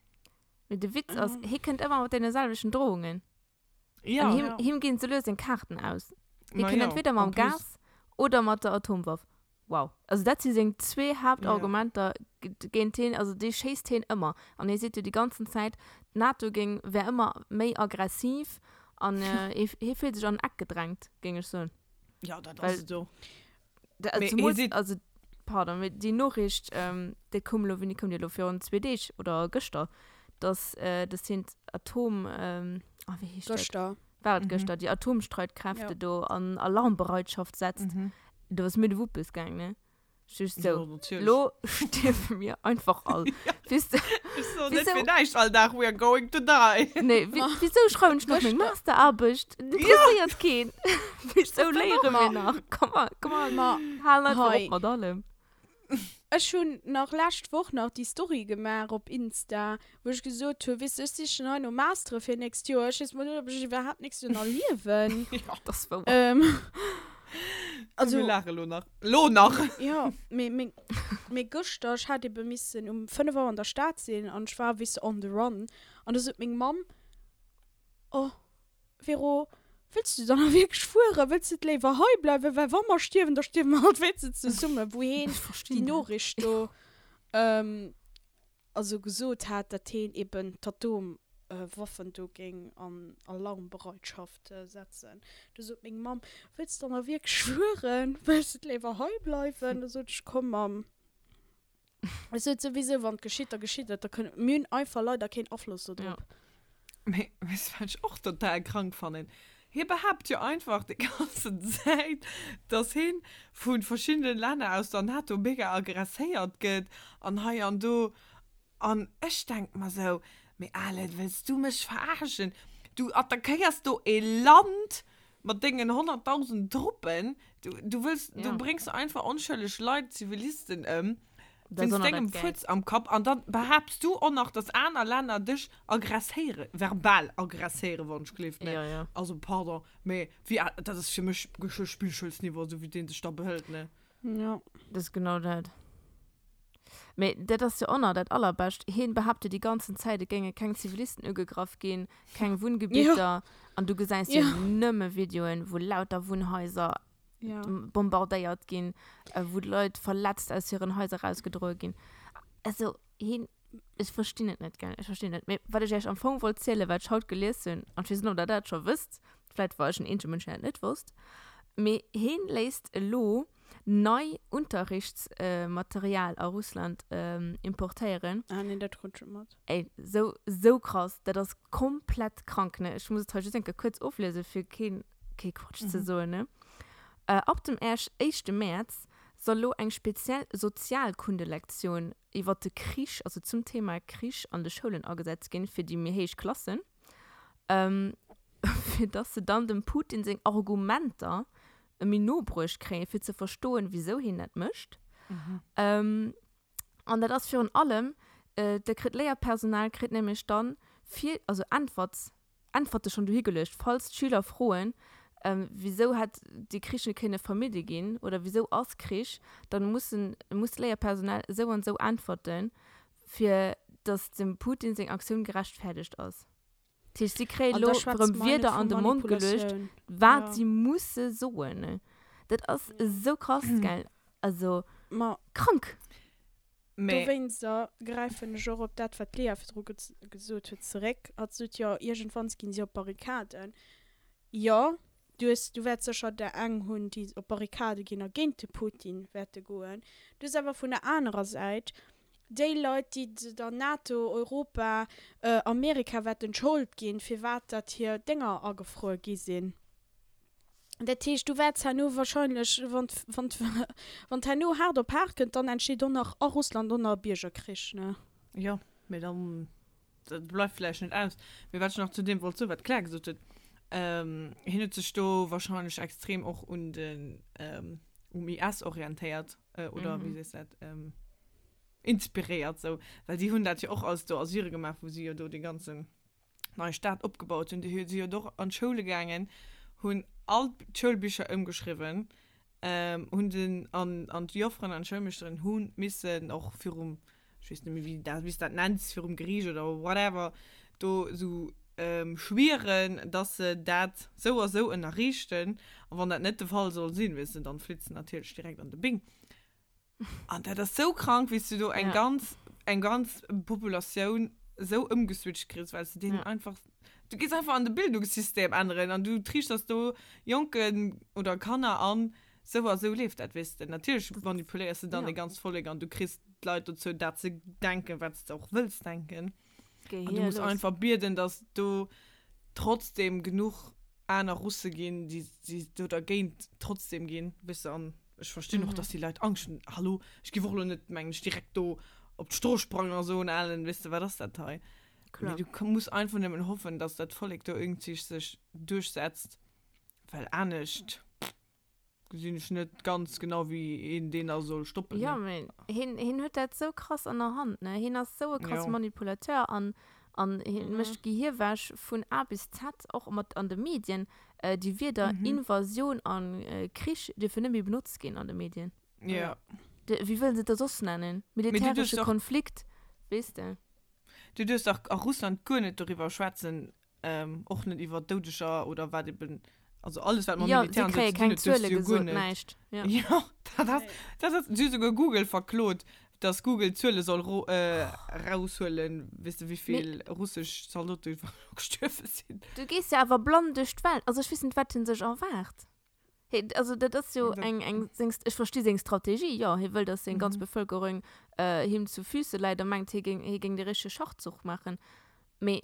Mit der Witz Mhm. aus, hier kennt immer mit den selbischen Drohungen. Ja, Und ihm, ja. ihm gehen zu lösen Karten aus. Hier na können ja. entweder mit dem Und plus- Gas oder mit der Atomwaffe. Wow. Also das sind zwei Hauptargumente g- gegen den, also die schießt den immer. Und ihr seht ja die ganze Zeit, NATO ging, wer immer mehr aggressiv und äh, hier fühlt sich an den Eck gedrängt, ging ich so. Ja, das Weil- ist so. Da, Aber also, ihr muss, seht- also pardon, mit die Nachricht, ähm, die kommen, lo- wenn die kommen, die lo für uns zwei D oder gestern, dass äh, das sind Atom, ähm, oh, wie hieß das? Gestern. War Mhm. gestern, die Atomstreitkräfte Ja. da an Alarmbereitschaft setzt. Mhm. Du hast mit Wuppes gegangen, ne? Just so. Ja, natürlich. Lo stirbt mir einfach all. Wisst du, Ist so Wieso? nicht vielleicht all Tag we are going to die. nee, wie, wieso schreiben ich noch mit Masterarbeit? Interessiert keinen. Wieso lehren wir noch? Komm mal, komm mal. Ma, Hall einfach Hi. auf mit allem. ich schon nach letzter Woche noch die Story gemacht auf Insta, wo ich gesagt habe, wisst ihr, ich schon noch Master für nächstes Jahr. Ich weiß mal, ob ich überhaupt nichts zu noch leben. Ja. Das war ähm, Also, also, wir lachen lo nach. Lo nach. ja, mir, mir, mir gestern, ich hatte bei mir um fünf Uhr in der Stadt sehen und ich war wie so on the run. Und da sagt meine Mom, oh, Vero, willst du dann noch wirklich schwören? Willst du lieber heu bleiben? Weil wenn wir sterben, dann sterben wir halt willst du zusammen. Wohin ich verstehe die nicht. Nachricht da, ähm, also gesagt hat, dass ihn eben die Atom äh, Waffen da ging an Alarmbereitschaft äh, setzen. Da sagt meine Mom, willst du noch wirklich schwören? Willst du lieber heu bleiben? Da sagt ich, komm, Mom. Es ist sowieso, wenn geschieht, da geschieht, da können wir einfach leider keinen Abschluss da drauf. Me- Das fand ich auch total krank von. Hier behauptet ja einfach die ganze Zeit, dass hin von verschiedenen Ländern aus der NATO mega aggressiert geht und hier und da. Und ich denke mir so, mir alle, willst du mich verarschen? Du attackierst du ein Land mit dingen hunderttausend Truppen. Du, du willst, Ja. du bringst einfach unschuldige Leute, Zivilisten um. Das ist Wenn auch noch du nicht geil. Fuß am Kopf und dann behauptst du auch noch, dass andere Länder dich aggressieren, verbal aggressieren, wenn ich glaube, ne? Ja, ja. Also, pardon, aber wie, das ist für mich ein Spielschuldsniveau, so wie den sich da behält, ne? Ja. Das ist genau das. Aber das ist ja auch noch das Allerbeste. Hin behauptet die ganze Zeit, die gänge kein Zivilisten angegriffen gehen, kein Wohngebiet da. Und du siehst ja, ja nicht mehr Videos, wo lauter Wohnhäuser ja. bombardiert gehen, äh, wo die Leute verletzt aus ihren Häusern rausgedroht gehen. Also, hin, ich verstehe das nicht, gell? Ich verstehe nicht. Aber was ich euch am Anfang wollte erzählen, weil ich heute gelesen habe, und ich weiß nicht, ob ihr das schon wisst, vielleicht war ich ein einziger Mensch, der nicht wusste, aber hin lässt lo neu Unterrichtsmaterial äh, aus Russland ähm, importieren. Ah, nee, das kommt schon mal. Ey, so, so krass, das ist komplett krank, ne? Ich muss es heute denke, kurz auflesen, für kein, kein Quatsch mhm. zu so, ne? Äh, ab dem ersten März soll lo eine spezielle Sozialkundelektion über den Krieg, also zum Thema Krieg an den Schulen angesetzt gehen, für die mir Klassen. Ähm, für das sie dann dem Putin seine Argumente Minobruch kriegen, für zu verstehen, wieso er nicht möchte. Mhm. Ähm, und das für allem, äh, der Lehrpersonal kriegt nämlich dann viel, also Antworten, Antworten schon durchgelöscht, falls die Schüler fragen, ähm, wieso hat die Krieg keine Familie gehen oder wieso aus Krieg, dann müssen, muss Lehrpersonal so und so antworten, für dass dem Putin seine Aktion gerechtfertigt ist. Sie kriegen lo, warum wir da an den Mund gelöscht, was ja. sie müssen so, ne? Das ist ja. so krass, mhm. geil. Also, Ma, krank. Me. Du weinst da, greifen schon auf das, was Lea gesagt hat, zurück. Hat sie ja, irgendwann gehen sie auf Barrikaden. Ja, du, hast, du wirst ja schon der Angst haben, die auf Barrikaden gehen, gegen Putin werden gehen. Du hast aber von der anderen Seite, die Leute, die der NATO, Europa, äh, Amerika werden schuld gehen, für was das hier Dinger angefragt sind. Der Tisch, du wirst ja nur wahrscheinlich, wenn wenn nur hart auf hart kommt, dann entsteht auch noch auch Russland und noch Bürgerkrieg, ne? Ja, aber dann das bleibt vielleicht nicht aus. Wir werden noch zu dem wohl so was klar gesagt. Ähm, hin zu stehen wahrscheinlich extrem auch um den ähm, um I S orientiert äh, oder mhm. wie sie es sagt, ähm, inspiriert, so. Weil die haben das ja auch aus der Assyrie gemacht, wo sie ja da die ganzen neue Stadt abgebaut sind. Die haben sie ja doch an die Schule gegangen, haben alle Schulbücher umgeschrieben ähm, und den, an, an die Joffren an Schulmeisterin haben müssen auch für um, ich weiß nicht mehr, wie das, wie das nennt, für um Grieche oder whatever, da so ähm, schweren, dass sie das so oder so errichten. Und wenn das nicht der Fall soll sein, wissen, dann flitzen natürlich direkt an den Bing. Und das ist so krank, wie du eine ja. ganz, eine ganz Population so umgeswitcht kriegst, weil du denen ja. einfach, du gehst einfach an das Bildungssystem ändern und du triffst, dass du Jungen oder Kanner an, so was so lebt, das weißt du. Natürlich manipulierst du dann ja. die ganz voll und du kriegst die Leute dazu, dass sie denken, was du auch willst denken. Und du musst los. einfach bieten, dass du trotzdem genug einer Russe gehen, die, die, die da gehen, trotzdem gehen, bis dann. Ich verstehe mhm. noch, dass die Leute Angst haben. Hallo, ich gehe wohl nicht manchmal direkt da auf die Strohsprung oder so und allen, wisst ihr, was das ist, Teil? Du musst einfach nicht hoffen, dass das Volk da irgendwie sich durchsetzt. Weil auch nicht, gesehen ich nicht ganz genau, wie in den er soll stoppen. Ja, ne? hin, hin hat das so krass an der Hand, ne? Hin ist so ein krass ja. Manipulateur an, an hin mhm. mich Gehirnwäsche von A bis Z, auch mit an den Medien, äh, die wieder mhm. Invasion an äh, Krieg, die für nicht mehr benutzt gehen an den Medien. Ja. De, wie wollen sie das so nennen? Militärischer Konflikt, weißt du? Du darfst auch, auch Russland gar nicht darüber schwätzen, ähm, auch nicht über Deutscher oder was eben, also alles, was man ja, Militär sie kriegen keine Zölle gesagt, nicht. Ja, ja das, das, das hat sie sogar Google verklot, dass Google Zölle soll äh, rausholen, weißt du, wie viel nee. russisch Soldaten gestorben sind. Du gehst ja aber blond durch die Welt, also ich weiß nicht, was denn sich erwartet. Hey, also das ist ja ein, ein, ich verstehe seine Strategie, ja, er will, dass die mhm. ganze Bevölkerung äh, ihm zu Füßen leider meint, er ging, er ging die richtige Schachzug machen. Aber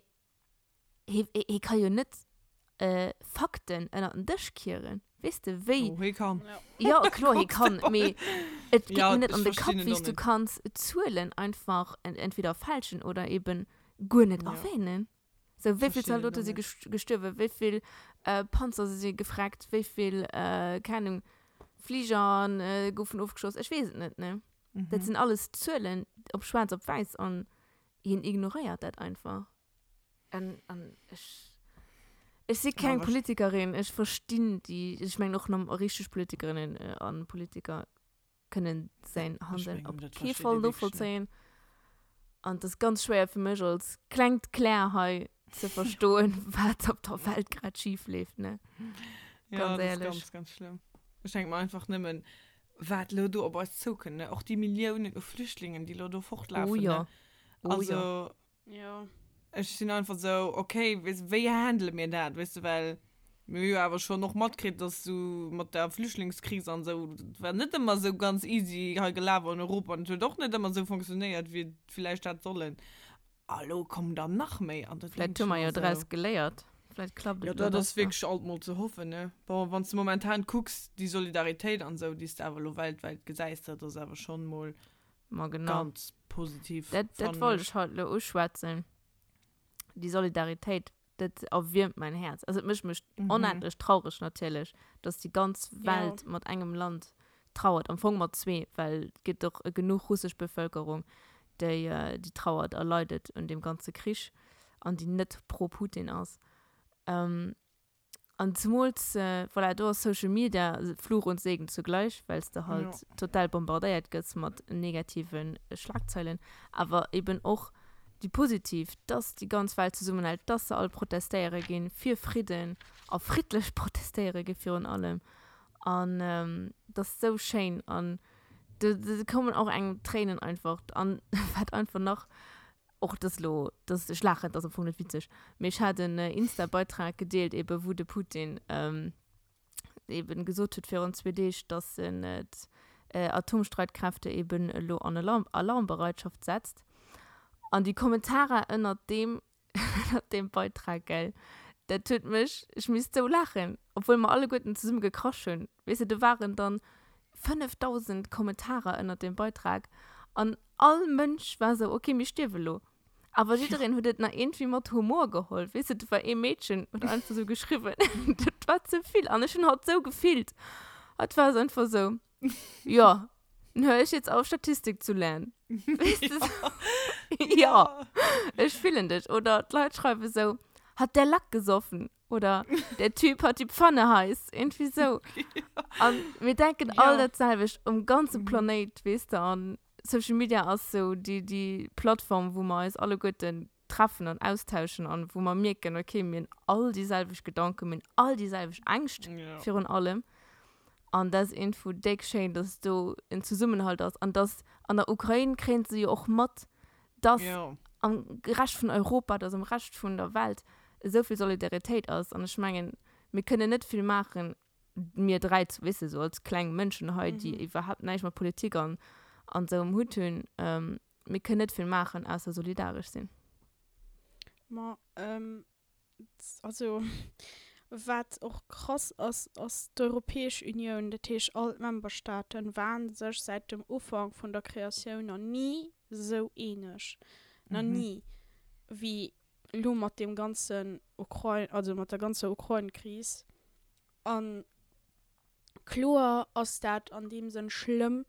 er, er kann ja nicht äh, Fakten in den Tisch kehren. Weißt du, wie? Oh, er kann. Ja, klar, er kann, aber es geht ja, mir nicht an den Kopf, wie du kannst Zahlen einfach entweder falschen oder eben gar nicht ja. erwähnen. So, wie viele Soldaten sie gestorben, wie viele äh, Panzer sie gefragt, wie viele, äh, keine Ahnung, Flieger äh, von aufgeschossen, ich weiß es nicht, ne? Mhm. Das sind alles Zahlen, ob schwarz, ob weiß, und ihn ignoriert das einfach. Und, und ich, ich sehe keine ja, Politikerin, ich verstehe die, ich meine auch noch richtig Politikerinnen äh, an Politiker, können sein Handeln mein, das auf keinen verstehe Fall ich wirklich nachvollziehen. Und das ist ganz schwer für mich als klingt klar heu zu verstehen, was auf der Welt gerade schief läuft, ne? Ja, Ganz das ehrlich. ist ganz, ganz schlimm. Ich denke mal einfach nicht mehr, was Lodo aber zucken, ne? Auch die Millionen von Flüchtlingen, die Lodo fortlaufen, Oh ja. ne? Oh Also, ja. Ja. ich bin einfach so, okay, wie, wie handeln wir das, weißt du, weil wir haben aber schon noch mitkriegt, dass du mit der Flüchtlingskrise und so, das war nicht immer so ganz easy, halt gelaufen in Europa und hat doch nicht immer so funktioniert, wie vielleicht das sollen. Hallo, komm dann nach mir. Und das Vielleicht denk tun ich wir mir ja so. draus gelehrt. Vielleicht klappt Ja, es da, noch das ist besser. wirklich alt mal zu hoffen, ne? Aber wenn du momentan guckst, die Solidarität und so, die ist aber nur weltweit geseistet, das ist aber schon mal Mal genau. ganz positiv. Das, das fand wollte ich halt auch schwätzen. Die Solidarität, das erwärmt mein Herz. Also, mich mich Mhm. unendlich traurig natürlich, dass die ganze Welt Ja. mit einem Land trauert. Am Anfang mit zwei, weil es gibt doch genug russische Bevölkerung, die, äh, die trauert, erleidet in dem ganzen Krieg und die nicht pro Putin ist. Ähm, und zumal äh, voilà, du hast Social Media also Fluch und Segen zugleich, weil es da halt Ja. total bombardiert geht mit negativen äh, Schlagzeilen, aber eben auch die positiv, dass die ganze Welt zusammenhält, dass sie alle protestieren gehen für Frieden, auch friedlich protestieren gehen für allem. Und ähm, das ist so schön und da, da kommen auch ein Tränen einfach an, hat einfach noch auch das lo das ist lachend, das ist nicht witzig. Mich hat einen äh, Insta-Beitrag gedeelt, eben wo der Putin ähm, eben gesagt hat für uns, dass er äh, äh, Atomstreitkräfte eben lo an Alarm Alarmbereitschaft setzt. Und die Kommentare unter dem, unter dem Beitrag, gell, der tut mich, ich müsste so lachen, obwohl wir alle guten zusammen gekrascht haben. Weißt du, da waren dann fünftausend Kommentare unter dem Beitrag und all Mensch war so, okay, mich sterben lo. Aber jeder hat das noch irgendwie mit Humor geholt. Weißt du, das war ein Mädchen und einfach so geschrieben. Das war zu viel. Und ich hat so gefühlt. Das war so einfach so, ja, dann höre ich jetzt auf, Statistik zu lernen. Weißt du, so? Ja, ich fühle dich. Oder die Leute schreiben so, hat der Lack gesoffen? Oder der Typ hat die Pfanne heiß. Irgendwie so. Und wir denken Ja. all dasselbe um den ganzen Mhm. Planet, weißt du, und Social Media ist so die, die Plattform, wo wir uns alle guten treffen und austauschen und wo wir merken, okay, wir haben all dieselben Gedanken, wir haben all dieselben Angst Ja. für allem. Und das ist Info dick schön, dass du in Zusammenhalt hast. Und das an der Ukraine kriegen sie auch mit, dass Ja. am Rest von Europa, dass am Rest von der Welt so viel Solidarität ist. Und ich meine, wir können nicht viel machen, mir drei zu wissen, so als kleine Menschen heute, Mhm. die überhaupt nicht mal Politik an, an so einem Hut tun. Ähm, wir können nicht viel machen, außer solidarisch sein. Ma, ähm, z- also, was auch krass ist, aus der Europäischen Union, der Tisch alle Memberstaaten waren sich seit dem Anfang von der Kreation noch nie so ähnlich. Noch Mhm. nie. Wie nur mit dem ganzen Ukraine, also mit der ganzen Ukraine-Krise. Und klar ist das an dem Sinn schlimm.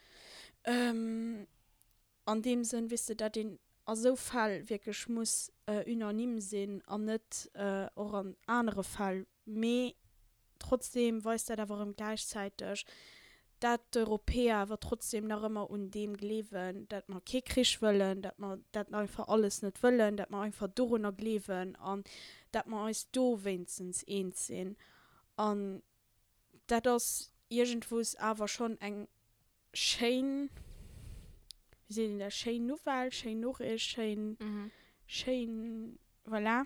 Ähm, an dem Sinn, wisst ihr, dass den also Fall wirklich muss äh, unanim sein und nicht äh, auch an andere Fall. Aber trotzdem weiß er, warum gleichzeitig, dass die Europäer aber trotzdem noch immer an dem leben, dass wir keinen Krieg wollen, dass wir das einfach alles nicht wollen, dass wir einfach durch noch leben und dass wir uns da wenigstens eins sind. Und das ist irgendwo aber schon ein schön, wie sehen das, schön Nouvelle, schön Nachricht, schön, Mhm. schön, voilà.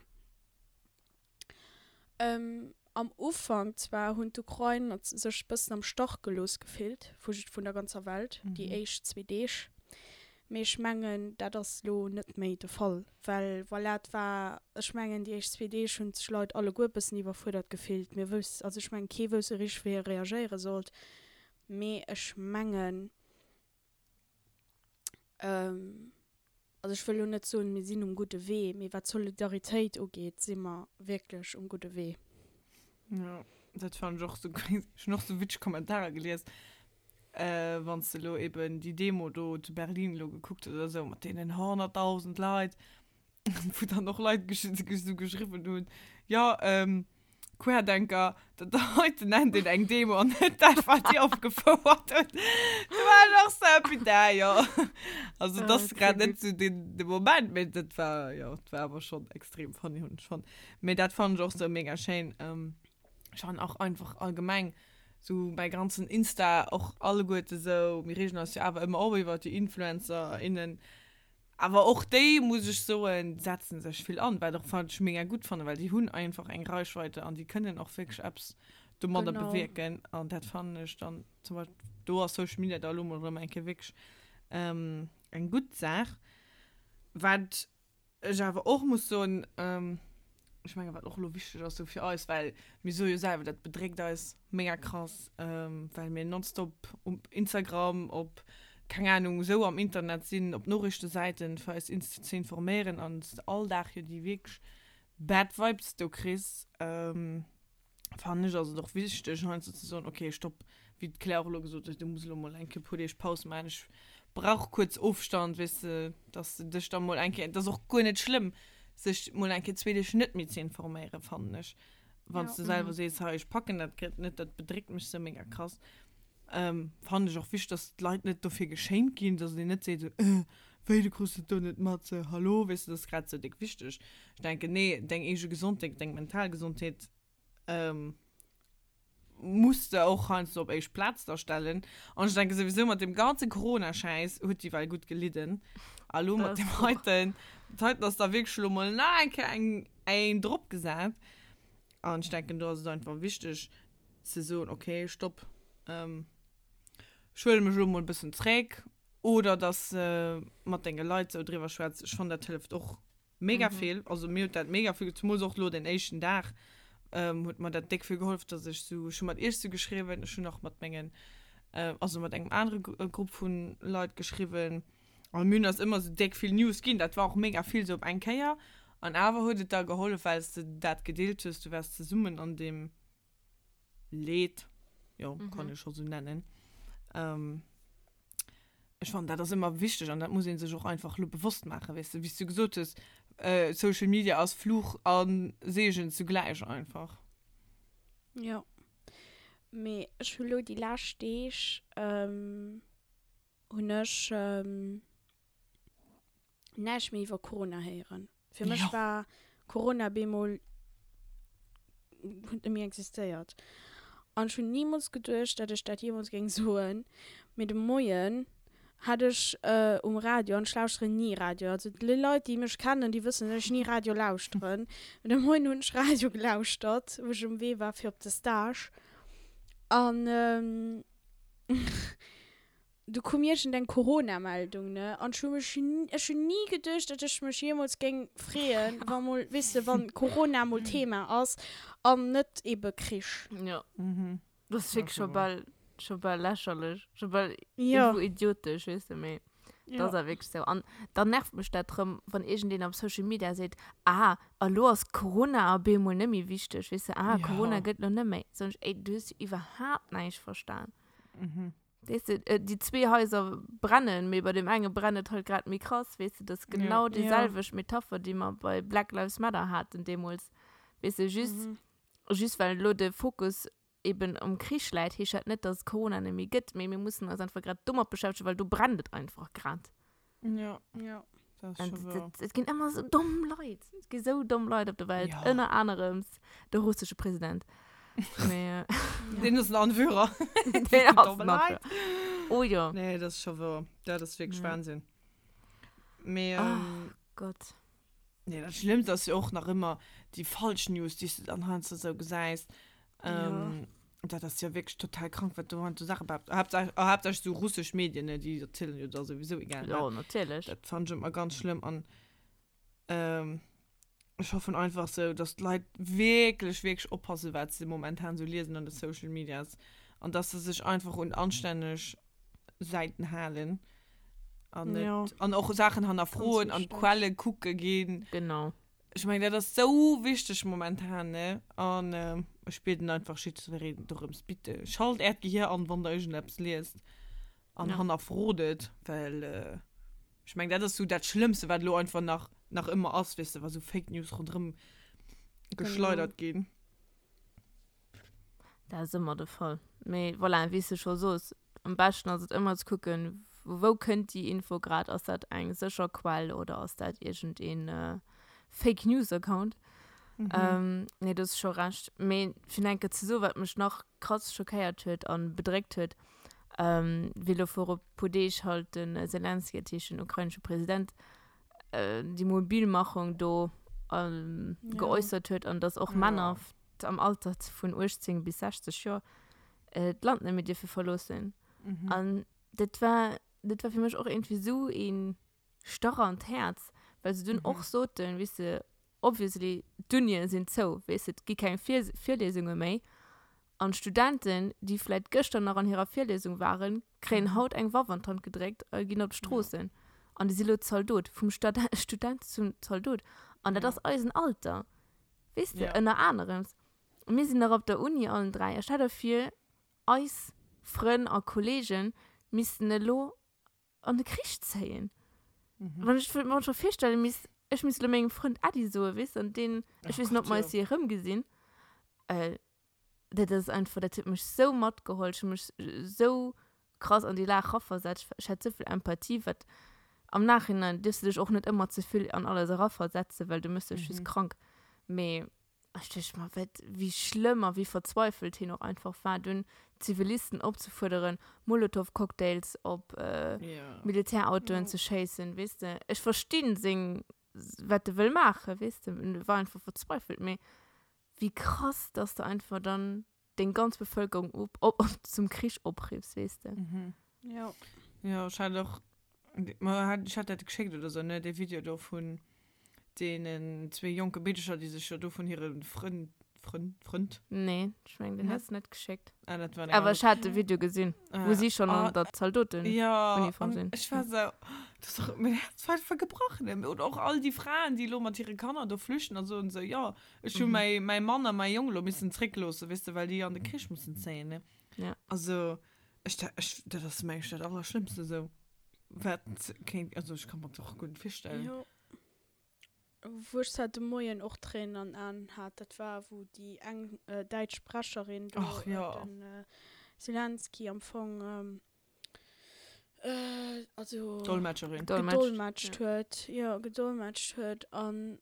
Ähm, am Anfang zwar hat die Ukraine hat sich ein bisschen am Stach gelos gefühlt von, von der ganzen Welt, Mhm. die ersten zwei Tage. Aber ich meine, das ist lo nicht mehr der Fall, weil, voilà, das war, ich meine, die ersten zwei Tage und die Leute alle gut ein bisschen überfordert gefühlt. Wir wissen, also ich meine, keiner wusste richtig, wie er reagieren sollte. Aber ich meine, ähm, also ich will auch nicht so, wir sind um gute Weh, aber was Solidarität angeht, sind wir wirklich um gute Weh. Ja, das fand ich auch so crazy. Ich habe noch so witzige Kommentare gelesen, äh, wenn du lo eben die Demo da zu Berlin lo geguckt hast oder so, mit denen hunderttausend Leute, wo dann noch Leute gesch so geschrieben haben, ja, ähm, Querdenker, da heute nennt den eine Demo und nicht das, was die aufgefordert hat. Du war noch so da, ja. Also Ja, das das ist gerade ist nicht so den, den Moment, mit, das war, ja, das war aber schon extrem funny und schon. Mir das fand ich auch so mega schön. Ähm, schon auch einfach allgemein, so bei ganzen Insta, auch alle Gute so, wir reden uns ja aber immer auch über die InfluencerInnen. Aber auch die, muss ich so, äh, setzen sich viel an, weil doch fand ich mega gut fand, weil die haben einfach eine Reichweite und die können auch wirklich Apps du man da Genau. bewirken und das fand ich dann zum Beispiel du hast Social Media da oder mein wirklich ähm, eine gute Sache, was ich aber auch muss so ein ähm, ich meine was auch so wichtig ist so für uns, weil mir so selber das beträgt da ist mega krass, ähm, weil mir nonstop um Instagram ob keine Ahnung so am Internet sind ob Nachrichtenseiten für uns zu informieren und all da die wirklich Bad Vibes du kriegst, ähm, fand ich also doch wichtig zu sagen, okay, stopp, wie die Klärung gesagt hat, du musst mal ein Kippodisch Pause machen, ich brauche kurz Aufstand, weißt du, dass das dann mal ein das ist auch gar nicht schlimm, sich mal ein zweite Schnitt mit zu informieren, fand ich. Wenn Ja. du selber Mhm. siehst, hey, ich packe das geht nicht, das bedrückt mich so mega krass. Ähm, fand ich auch wichtig, dass die Leute nicht dafür geschämt gehen, dass sie nicht sagen, äh, weil du kriegst du nicht Matze, hallo, weißt du, das ist gerade so dick wichtig. Ich denke, nee, denke ich Gesundheit, denke Mentalgesundheit, ähm, musste auch ganz auf euch Platz darstellen. Und ich denke sowieso mit dem ganzen Corona-Scheiß hat die Wahl gut gelitten. Hallo, mit Das dem doch. heute, heute ist da wirklich schon mal nein, ein, ein Druck gesagt. Und ich denke, da ist es einfach wichtig, zu sagen, okay, stopp, ähm, ich will mich schon mal ein bisschen träg. Oder dass äh, man denke, Leute so drüber schwätzt, ich fand das hilft auch mega Mhm. viel. Also mir hat das mega viel, zum Beispiel auch nur den ersten Tag, ähm, hat mir das dick viel geholfen, dass ich so schon mal erst so geschrieben, schon noch mit Mengen, äh, also mit einer anderen Gru- äh, Gruppe von Leuten geschrieben. Und mir ist immer so dick viel News gehen, das war auch mega viel so auf ein Keier. Und aber hat es da geholfen, weil du das gedealt hast, du wirst zusammen an dem Lied, ja, Mhm. kann ich schon so nennen. Ähm, ich fand das ist immer wichtig und das muss ich sich auch einfach nur bewusst machen, weißt du, wie du gesagt hast, äh, Social Media als Fluch an Segen zugleich einfach. Ja. Me ich will auch die letzte ähm, und ich ähm, nicht mehr über Corona hören. Für mich Ja. war Corona bemol hat mir existiert. Und schon niemals gedacht, dass ich das jemals ging so. Mit dem Moyen hatte ich äh, um Radio und ich lausche nie Radio. Also die Leute, die mich kennen, die wissen, dass ich nie Radio lausche. Mit dem Moyen habe ich Radio gelauscht, wo ich um weh war für das Stage. Und ähm, du kommst in den Corona-Meldung, ne? Und ich habe mich nie, ich hab nie gedacht, dass ich mich jemals gegen freuen, wenn mal, weißt du, wenn Corona mal Thema ist und nicht eben krieg. Ja, Mhm. das ist Ja, wirklich schon schon bald, schon bald lächerlich, schon bald Ja. irgendwo idiotisch, weißt du, mehr. Ja. Das ist wirklich so. Und dann nervt mich das drum, wenn irgendjemand auf Social Media sieht, ah, hallo, ist Corona aber mal nicht mehr wichtig, weißt du, ah, Ja. Corona geht noch nicht mehr. Sonst, ey, du hast überhaupt nicht verstanden. Mhm. Weißt du, äh, die zwei Häuser brennen, mir bei dem einen brennt halt gerade mir krass, weißt du, das ist genau Ja. dieselbe Metapher, die man bei Black Lives Matter hat, in dem uns, weißt du, just, Mhm. just weil nur der Fokus eben um Krieg leid, ich halt nicht, dass Corona nicht mehr gibt, wir müssen uns einfach gerade dummer beschäftigen, weil du brandet einfach gerade. Ja, Ja. das ist Und schon es- wahr. es es gibt immer so dumme Leute, es gibt so dumme Leute auf der Welt, Ja. unter anderem der russische Präsident. Nee, Den ist ein Anführer. den hat's Dumme noch. Leute. Oh ja, Nee, das ist schon wahr. Ja, das ist wirklich Ja. Wahnsinn. Mehr, Ah. ähm, Gott. nee, das Schlimmste ist ja auch noch immer die Falsch-News, die du dann hast, so gesagt. Ähm, ja. Das ist ja wirklich total krank, was du an der Sache habt. Habt euch so russische Medien, ne, die erzählen ja da sowieso egal. Ja, natürlich. Das fand ich immer ganz schlimm an. Ähm, ich hoffe einfach so, dass die Leute wirklich, wirklich aufpassen, was sie momentan so lesen an den Social Medias. Und dass sie sich einfach und anständig Seiten halten. Und, Ja. nicht, und auch Sachen haben erfroren, an wichtig. Quelle gucken gehen. Genau. Ich meine, das ist so wichtig momentan, ne? Und ähm, ich spiele einfach Shit, wir reden darum. Bitte, schalt Erdgehirn an, wenn du irgendetwas liest. Und Ja. ja. han erfrodet, weil, äh, ich meine, das ist so das Schlimmste, was du einfach nach, nach immer auswisst, was so Fake News rundherum geschleudert gehen. Da ist immer der Fall. Aber voilà, wie du schon so ist, am besten also immer zu gucken, wo, wo könnt die Info gerade aus das ein sicher Quell oder aus das irgendein äh, Fake News Account. Mhm. Ähm, nee, das ist schon recht. Aber ich denke, so, was mich noch krass schockiert hat und bedrückt hat, ähm, weil vor Podej halt den Zelensky, den ukrainischen Präsident, äh, die Mobilmachung da ähm, ja. geäußert hat und dass auch ja. Männer am Alter von achtzehn bis sechzig Jahren äh, das Land nicht mehr dürfen verlassen. Mhm. Und das war, das war für mich auch irgendwie so ein Stocher und Herz, weil sie dann mhm. auch so, dann, weißt du, obviously, Dunien sind so, weißt du, es gibt keine Vier Vorlesungen mehr. Und Studenten, die vielleicht gestern noch an ihrer Vorlesung waren, kriegen mhm. heute ein Waffenton gedreht, äh, gehen auf die Straße. Ja. Und die sind Soldat, vom Stud Student zum Soldat. Und ja. das ist alles ein Alter. Weißt du, ja. in der anderen. Und wir sind noch auf der Uni, allen drei. Ich hatte dafür, als Freunde und Kollegen müssen lo an den Krieg ziehen. Mhm. Wenn ich mir schon vorstellen muss, ich muss meinen Freund Adi so, weißt du, und den, ich weiß noch mal, hier rumgesehen. Äh, das ist einfach, das hat mich so matt geholt, ich mich so krass an die Lache versetzt. Ich hatte so viel Empathie, was am Nachhinein darfst du dich auch nicht immer zu viel an alles versetzen, weil du müsstest mhm. krank. Aber ich mal, wie schlimmer, wie verzweifelt hier noch einfach war, den Zivilisten aufzufordern, Molotow-Cocktails auf äh, yeah. Militärautos yeah. zu schießen, weißt du. Ich verstehe singen, was du will machen, weißt du. Und war einfach verzweifelt. Aber wie krass, dass du einfach dann den ganzen Bevölkerung ob, ob, zum Krieg abrufst, weißt du. Mhm. Ja. Ja, ich hatte doch, man hat, ich hatte das geschickt oder so, ne, das Video da von den zwei jungen Mädchen, die sich da von ihren Freund, Freund, Freund. Nee, ich meine, den ja. hast du nicht geschickt. Ah, das war aber ich hatte ein Video gesehen, ah, wo sie schon ah, an der Soldatin ja, Uniform sind. Ich war so, das ist doch, mein Herz war einfach gebrochen. Und auch all die Frauen, die mit ihren Kindern da flüchten und so und so, ja, ich mhm. mein, mein Mann und mein Junge ein bisschen zurücklos, weißt du, weil die an den Krieg müssen sehen, ne? Ja. Also, ich, ich, das ist mein das Allerschlimmste so. Also, ich kann mir doch gut vorstellen. Ja. Wo ich halt den Moyen auch Trainern an hat, das war, wo die Eng äh, Deutschsprecherin Ach, ja. den äh, Zelensky am Anfang ähm, äh, also Dolmetscherin gedolmetscht ja. hat, ja, gedolmetscht hat und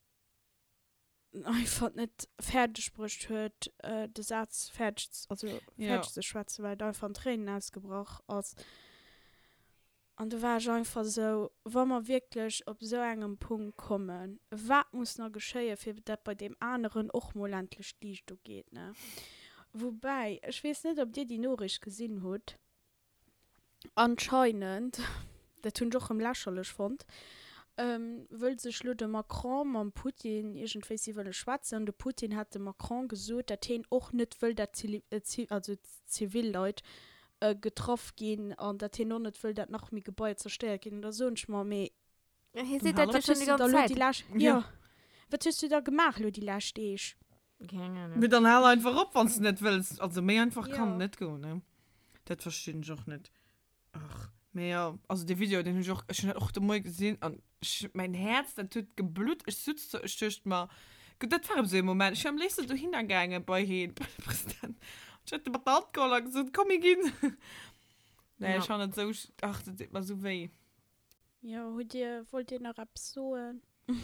einfach nicht fertig spricht hat, äh, der Satz fertig, also ja. fertig zu schwätzen, weil da von Tränen ausgebracht als und da war ich einfach so, wenn wir wirklich auf so einen Punkt kommen, was muss noch geschehen, für das bei dem anderen auch mal endlich Licht geht, ne? Wobei, ich weiß nicht, ob dir die Nachricht gesehen hat. Anscheinend, das tun doch im Lächerlich fand, ähm, will sich der Macron und Putin irgendwie sie wollen schwatzen und der Putin hat dem Macron gesagt, dass er auch nicht will, dass Zivil, also Zivilleute getroffen gehen und dass er noch nicht will, dass noch mehr Gebäude zerstört gehen oder so. Und ich meine, ja, hier sieht das schon die ganze Zeit. Die Lasch- ja. ja. Was hast du da gemacht, Lo, die Lasch, die ich? Mit dann halt einfach ab, wenn du nicht willst. Also mehr einfach ja. kann nicht gehen, ne? Das verstehe ich auch nicht. Ach, mehr, also die Video, den ich auch, ich habe auch mal gesehen und ich, mein Herz, das tut geblutet. Ich sitze, ich stößt mal, das war so ein Moment, ich habe am liebsten so hingegangen bei dem Präsidenten. Ich hatte mit der Alkohol gesagt, komm ich hin. Nein, ja. Ich habe nicht so, ach, das tut mir so weh. Ja, wollt ihr, wollt ihr noch absurd?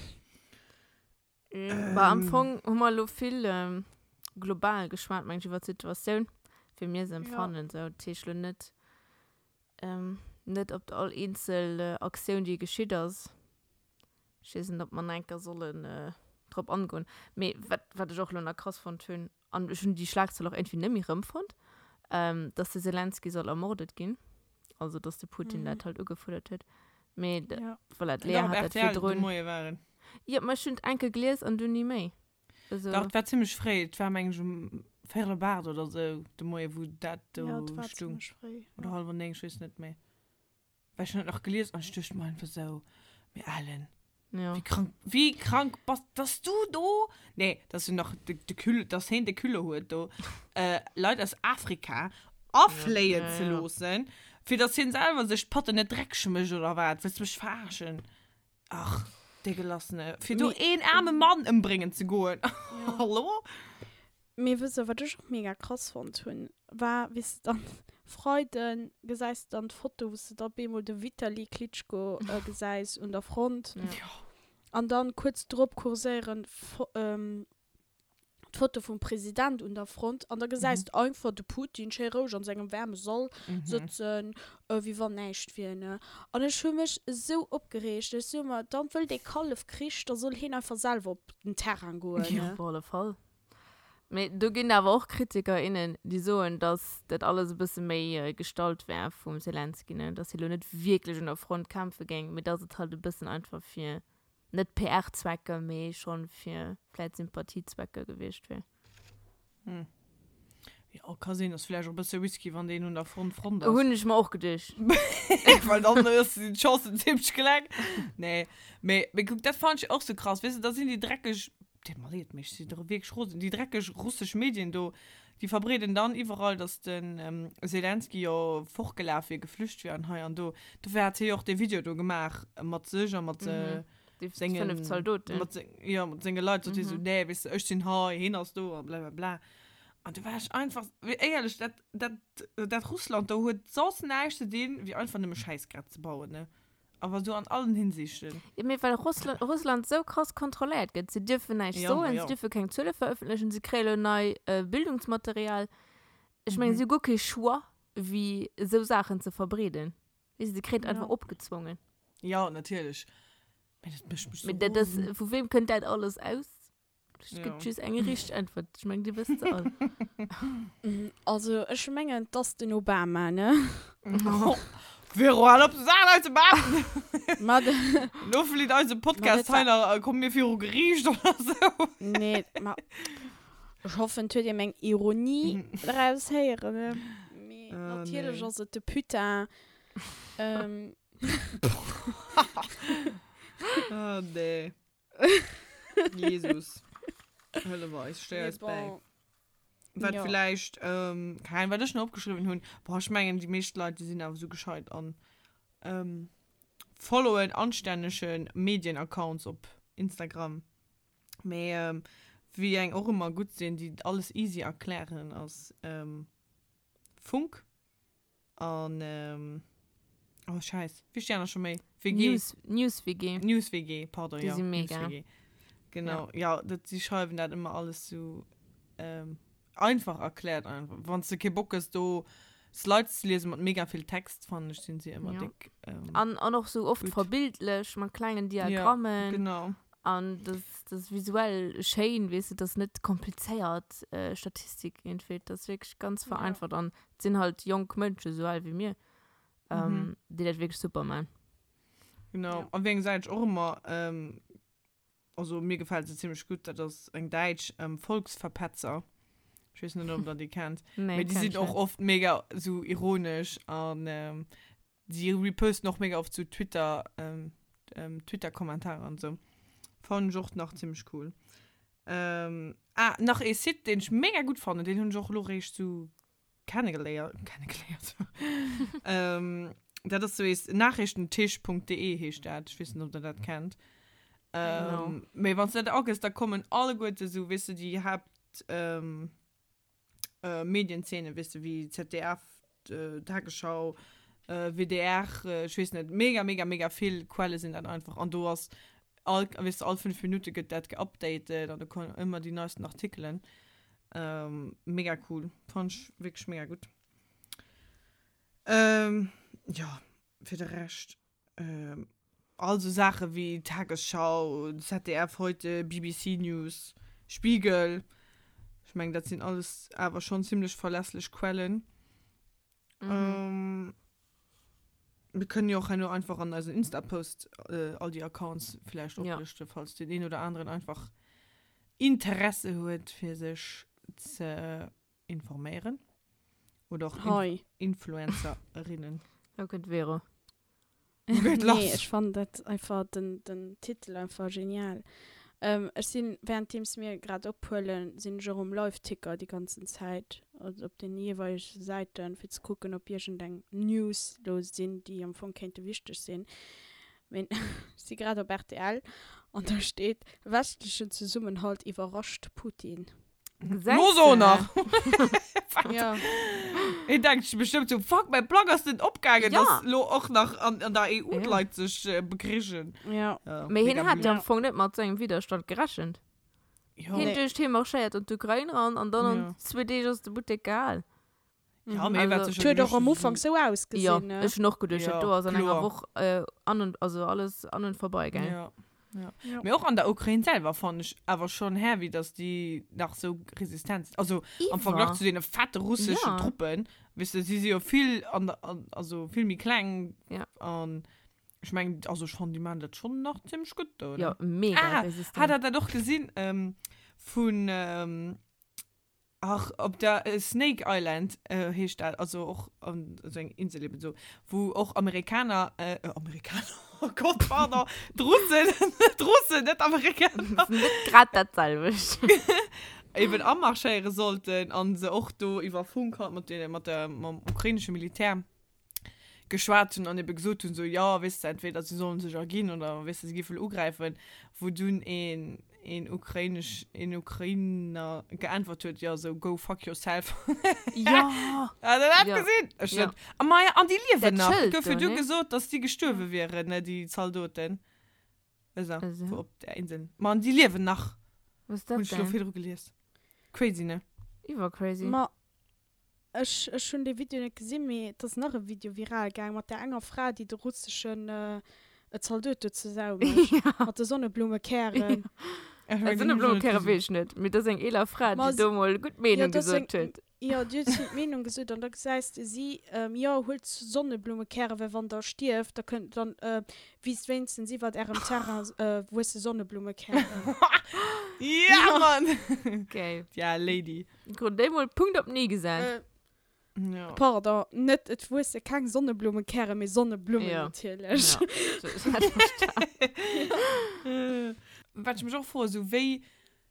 ähm. Bei Anfang haben wir noch viel ähm, global geschwärmt, manchmal über die Situation. Für mich sind empfangen, ja. So, das ist nicht, ähm, nicht ob all einzelne Aktionen, die geschieht ist. Ich weiß nicht, ob man denken sollen, äh, drauf angehen. Aber was ich auch noch krass fand, und schon die Schlagzeile auch irgendwie nicht mehr empfand, ähm, dass der Zelensky soll ermordet gehen. Also, dass der Putin mhm. das halt auch gefordert hat. Aber ja. Vielleicht Lea hat das viel drin. Ja, man schon einmal gelesen und du nicht mehr. Also, das war ziemlich frei. Das war eigentlich ein fairer Bart oder so, der Moje, wo das ja, das war ziemlich frei. Oder halb und ich weiß nicht mehr. Weil ich noch gelesen und ich dachte mir einfach so, mit allen. Ja. Wie krank, wie krank, was, dass du da, nee, das sind noch, die, die Kühle, das sind die Kühle hut, da, äh, Leute aus Afrika auflegen ja, zu ja, lassen, ja. Für das sind selber sich Potte nicht Dreck schmischen oder was, willst du mich verarschen? Ach, die Gelassene, für du einen armen Mann umbringen zu gehen. Ja. Hallo? Mir wissen, was ich auch mega krass fand, war, wie es dann Freuden gesagt dann Fotos da bin der Vitali Klitschko äh, gesagt und der Front Ja. und dann kurz drauf kursieren Fo- ähm, Foto vom Präsident und der Front und da gesagt mhm. einfach der Putin Cherouge an seinem Wärme soll Mhm. sitzen äh, wie war nicht wie ne und ich habe mich so aufgeregt ich so mal dann will der Kalf kriegt da soll hin einfach selber auf den Terran gehen Ja, ne? auf alle Fall. Me- Du gehen aber auch KritikerInnen, die sagen, dass das alles ein bisschen mehr äh, Gestalt wäre vom Zelensky, ne? Dass sie nicht wirklich an der Front kämpfen gehen, mit das ist halt ein bisschen einfach für nicht P R-Zwecke, mehr schon für vielleicht Sympathiezwecke gewesen wäre. Hm. Ja, kann sehen, dass vielleicht auch ein bisschen Whisky von denen und der Front Front ist. Hund ich mir auch gedacht. Weil dann ist die Chance ziemlich gleich. Nee, aber guck, das fand ich auch so krass. Weißt du, da sind die dreckig, der maliert mich, die wirklich groß, die dreckig russischen Medien, do, die verbreiten dann überall, dass den ähm, Zelensky ja fortgelaufen wird, geflüchtet werden. Und du, du hast hier auch das Video do gemacht, mit sich und mit Mhm. Die singen, fünf Soldaten. mit, se- ja, mit seinen Leuten, die Mhm. so, nee, weißt du, ich bin hier, hin aus du, und bla bla bla. Und du warst einfach, wie ehrlich, das, das, das Russland, da hat so das Nächste den, wie einfach eine Scheißgrenze zu bauen, ne? Aber so an allen Hinsichten. Ja, mir, weil Russland, Russland so krass kontrolliert wird. Sie dürfen nicht Ja, so, na und ja. sie dürfen keine Zölle veröffentlichen, sie kriegen neu äh, Bildungsmaterial. Ich meine, Mhm. sie haben keine Schuhe, wie so Sachen zu verbreiten. Weißt du, sie kriegen Ja. einfach abgezwungen. Ja, natürlich. Aber das mischt mich so Mit der, das, rosen. von wem kommt das alles aus? Ich Ja. gebe tschüss eine richtige Antwort. Ich meine, die wissen es alle. Mhm. Also ich meine das den Obama ne Oh. Wir wollen ob du sagen, Leute, machen. Ma- Nur vielleicht unser Ma, Podcast, das- Heiner, äh, kommen mir für geriecht oder so. nee ma- ich hoffe tö dir Menge Ironie daraus hören ne? Me- Ah, natürlich nee. also de Putain ähm, Ah, nee. Jesus. Hölle weiß, steh nee, als bei. bon. Was Ja. vielleicht, ähm, kein, was ich schon aufgeschrieben habe, boah, ich meine, die meisten Leute, die sind auch so gescheit an, ähm, followen anständigen Medienaccounts auf Instagram. Mehr, ähm, wie ich auch immer gut sehen, die alles easy erklären als, ähm, Funk. Und, ähm, oh, scheiße, wie stehen da schon mehr? W G. News, News W G. News W G, pardon, Die ja. sind mega. News W G. Genau, ja, ja das, die schreiben das immer alles so ähm, einfach erklärt. Einfach. Wenn du keinen Bock hast, du Slides zu lesen mit mega viel Text, fand ich, sind sie immer Ja. dick. Ähm, Und auch noch so oft Gut. verbildlich, mit kleinen Diagrammen. genau. Und das, das visuell schön, weißt du, das nicht kompliziert, äh, Statistik irgendwie. Das ist wirklich ganz Ja. vereinfacht. Und es sind halt junge Menschen, so alt wie mir, ähm, Mhm. die das wirklich super machen. Genau. Ja. Und wegen sage ich auch immer, ähm, also mir gefällt es ziemlich gut, dass das ein Deutsch ähm, Volksverpetzer, ich weiß nicht, ob ihr die kennt, Nee, aber die kenn sind ich auch nicht. oft mega so ironisch und ähm, die reposten noch mega oft zu Twitter, ähm, ähm, Twitter-Kommentare und so. Fand ich auch noch ziemlich cool. Ähm, ah, noch ein Site, den ich mega gut fand, den habe ich auch logisch so kennengelernt. kennengelernt. ähm, das ist so ist nachrichtentisch punkt de heißt das. Ich weiß nicht, ob ihr das kennt. Ähm, Genau. aber wenn es nicht auch ist, da kommen alle gute, so, wisst ihr, die habt ähm, äh, Medienszene, wisst ihr, wie Z D F, äh, Tagesschau, äh, W D R, äh, ich weiß nicht, mega, mega, mega viel Quellen sind dann einfach. Und du hast, all, wisst ihr, alle fünf Minuten geht das geupdatet und da kommen immer die neuesten Artikel. Ähm, mega cool. Fand ich wirklich mega gut. Ähm, ja, für den Rest. Ähm, also Sachen wie Tagesschau, Z D F heute, B B C News, Spiegel. Ich meine, das sind alles aber schon ziemlich verlässliche Quellen. Mhm. Ähm, wir können ja auch nur einfach an also Insta-Post äh, all die Accounts vielleicht Ja. auflisten, falls den einen oder anderen einfach Interesse hat, für sich zu informieren. Oder auch Inf Hi. Influencerinnen. Ja, könnte wäre. Geht nee, los. ich fand das einfach den, den Titel einfach genial. Ähm, es sind, während es mir gerade abholen, sind schon Live-Ticker die ganze Zeit. Also auf den jeweiligen Seiten, für zu gucken, ob irgendeine News los sind, die am Anfang könnte wichtig sind. Wenn sie gerade auf R T L und da steht, westlichen Zusammenhalt überrascht Putin. Gesetze. Nur so noch. ja. Ich denke bestimmt so, fuck, mein Blog ist nicht abgegangen, Ja. dass lo auch noch an, an der E U Ja. Leute sich äh, bekriegen. ja Ja, Aber hin mega hat blöd. ja am Anfang nicht mal zu einem Widerstand gerechnet. Ja. Hin Nee. durch den marschiert und die Ukraine ran und dann Ja. ja. zwei Tage aus der Boutique egal. Ja, Mhm. mir Also, wird sich tut doch schon am Anfang so Ja, ausgesehen ne? ist noch gut. Ich Ja, ja, da also klar. einer Woche äh, an und, also alles an und vorbei, gell? Ja. Ja. Ja. Mir auch an der Ukraine selber fand ich aber schon her, wie dass die nach so Resistenz, also am Vergleich zu den fetten russischen Ja. Truppen, wisst ihr, sie sind ja viel, an, der- an, also viel mehr klein. Ja. Und ich meine, also ich fand die Mann das schon noch ziemlich gut, oder? Ja, mega Ah, resistent. hat er da doch gesehen, ähm, von, ähm, ach, ob der äh, Snake Island äh, herstellt, also auch an so einer Insel eben so, wo auch Amerikaner, äh, äh, Amerikaner, oh Gott, Vater, Russen, Russen, nicht Amerikaner, Nicht gerade dasselbe. eben anmarschieren sollten und sie auch da über Funk hat mit, den, mit, dem, mit dem ukrainischen Militär geschwärzt und eben gesagt und so, ja, wisst ihr, entweder sie sollen sich ergehen oder wisst ihr, sie gehen angreifen, wo du in, in ukrainisch, in Ukrainer geantwortet hat, ja, so, go fuck yourself. Ja. Also, das hat Ja. gesehen. Ich Ja. ja. Aber ja, an die Der leben noch. chillt Ich für da, du ne? gesagt, dass die gestorben wären, ne, die Soldaten. Also, Also. so auf der Insel. Man, die leben noch. Was ist Und das ich habe denn? viel drüber gelesen. Crazy, ne? Ich war crazy. Ma, ich, ich schon die Video nicht gesehen, aber das ist noch ein Video viral gegangen mit der einer Frau, die die russischen äh, Soldaten zusammen Ja. hat. Die Sonnenblume kehren. Ich Das sind eine Blumenkerne, will ich nicht. Mit das ist eine Ela Frau, Ma, die da mal gut Meinung das gesagt sind- hat. Ja, die hat die Meinung gesagt und da sagst sie, ähm, ja, holt Sonnenblume kehren, weil wenn da stirbt, da könnt dann, äh, wie es wenigstens sie wird ihrem Terra, äh, wo ist die Sonnenblume kehren. Ja, Mann! Okay. Ja, Lady. Ich konnte dem mal Punkt ab nie gesagt. äh, Ja. pardon, nicht, ich wusste keine Sonnenblume kehren, mit Sonnenblume Ja. natürlich. Ja. Ich hatte verstanden. Äh, was ich mich auch vor, so wie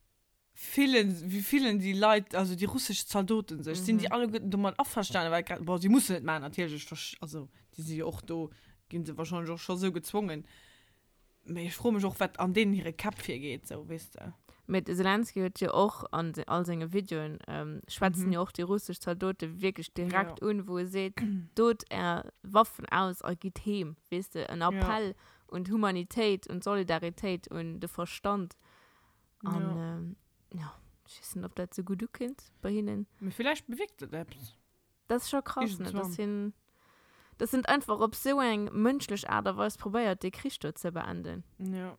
vielen, wie vielen die Leute, also die russischen Soldaten sich, mhm. sind die alle gut mal aufverstanden, weil grad- boah, sie müssen nicht mehr natürlich, versch- also die sind ja auch da, gehen sie wahrscheinlich auch schon so gezwungen. Aber ich freue mich auch, was an denen ihre Köpfe hier geht, so, weißt du. Mit Zelensky hat ja auch an se- all seinen Videos ähm, schwätzen Mhm. ja auch die russischen Soldaten wirklich direkt Ja. an, wo er sieht, dort er Waffen aus, er geht heim, weißt du, ein Appell und Humanität und Solidarität und der Verstand. Und Ja. ähm, ja, ich weiß nicht, ob das so gut du kennst bei ihnen. Aber vielleicht bewegt das etwas. Das ist schon krass, Ist ne? es Das wahr? sind, das sind einfach, ob so ein menschlich Art oder was probiert, den Krieg dort zu beenden. Ja.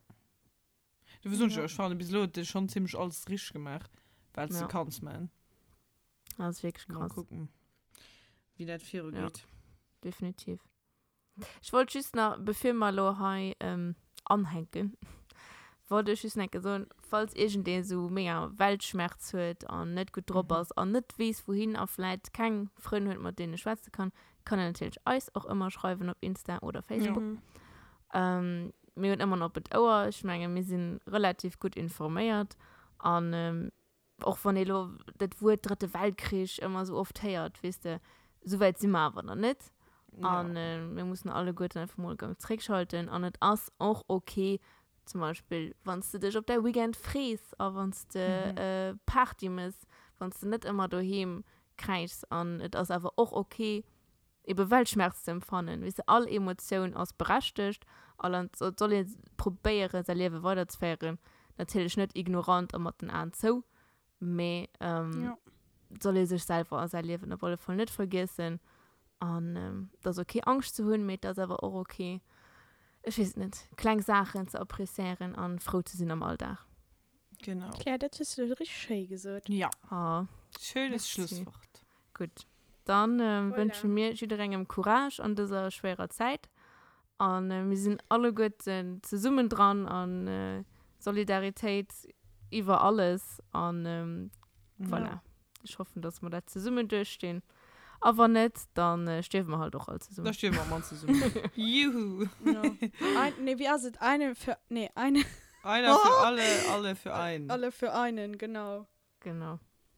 Du wirst Ja. ja. schon, bis Leute schon ziemlich alles richtig gemacht, weil Ja. du kannst, man. Das ist wirklich Mal krass. gucken, wie das für Ja. geht. Definitiv. Ich wollte just noch, bevor wir hier ähm, anhängen, wollte ich just nicht so, falls irgendjemand so mega Weltschmerz hat und nicht gut drauf Mhm. ist und nicht weiß, wohin er vielleicht kein Freund hat, mit denen ich schwätzen kann, kann er natürlich uns auch immer schreiben auf Insta oder Facebook. Mhm. Ähm, wir haben immer noch mit Ohr, ich meine, wir sind relativ gut informiert und ähm, auch von den das Wort Dritte Weltkrieg immer so oft hört, weißt du, so weit sind wir aber noch nicht. Ja. Und äh, wir müssen alle gut einfach mal gang zurückschalten. Und es ist auch okay, zum Beispiel, wenn du dich auf der Weekend fräst, aber wenn du Mhm. äh, Party machst, wenn du nicht immer daheim kriegst. Und es ist aber auch okay, eben Weltschmerz zu empfangen. Weißt du, alle Emotionen sind berechtigt. Und so soll ich probieren, sein Leben weiterzuführen. Natürlich nicht ignorant und mit den anderen so. Aber ähm, Ja. soll er sich selber sein Leben auf jeden Fall nicht vergessen. Und ähm, das ist okay, Angst zu haben, mit das ist aber auch okay. Ich weiß nicht, kleine Sachen zu appräciieren und froh zu sein am Alltag. Genau. Klar, das hast du richtig schön gesagt. Ja, Ah, schönes Merci. Schlusswort. gut. Dann ähm, Voilà. wünsche ich mir jeder Courage an dieser schweren Zeit. Und äh, wir sind alle gut äh, zusammen dran und äh, Solidarität über alles. Und ähm, voilà. Ich hoffe, dass wir da zusammen durchstehen. Aber nicht, dann äh, stehen wir halt auch alle zusammen. Da stehen wir mal zusammen. Juhu. Ja. Ein, nee, wie heißt es? Eine für, nee, eine, Einer für alle, alle für einen. alle für einen, genau. Genau.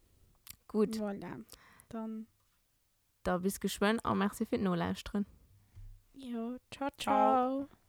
Gut, Voilà. Dann, da bist du gespannt. Und merci für den Null drin. ja, ciao, Ciao. ciao.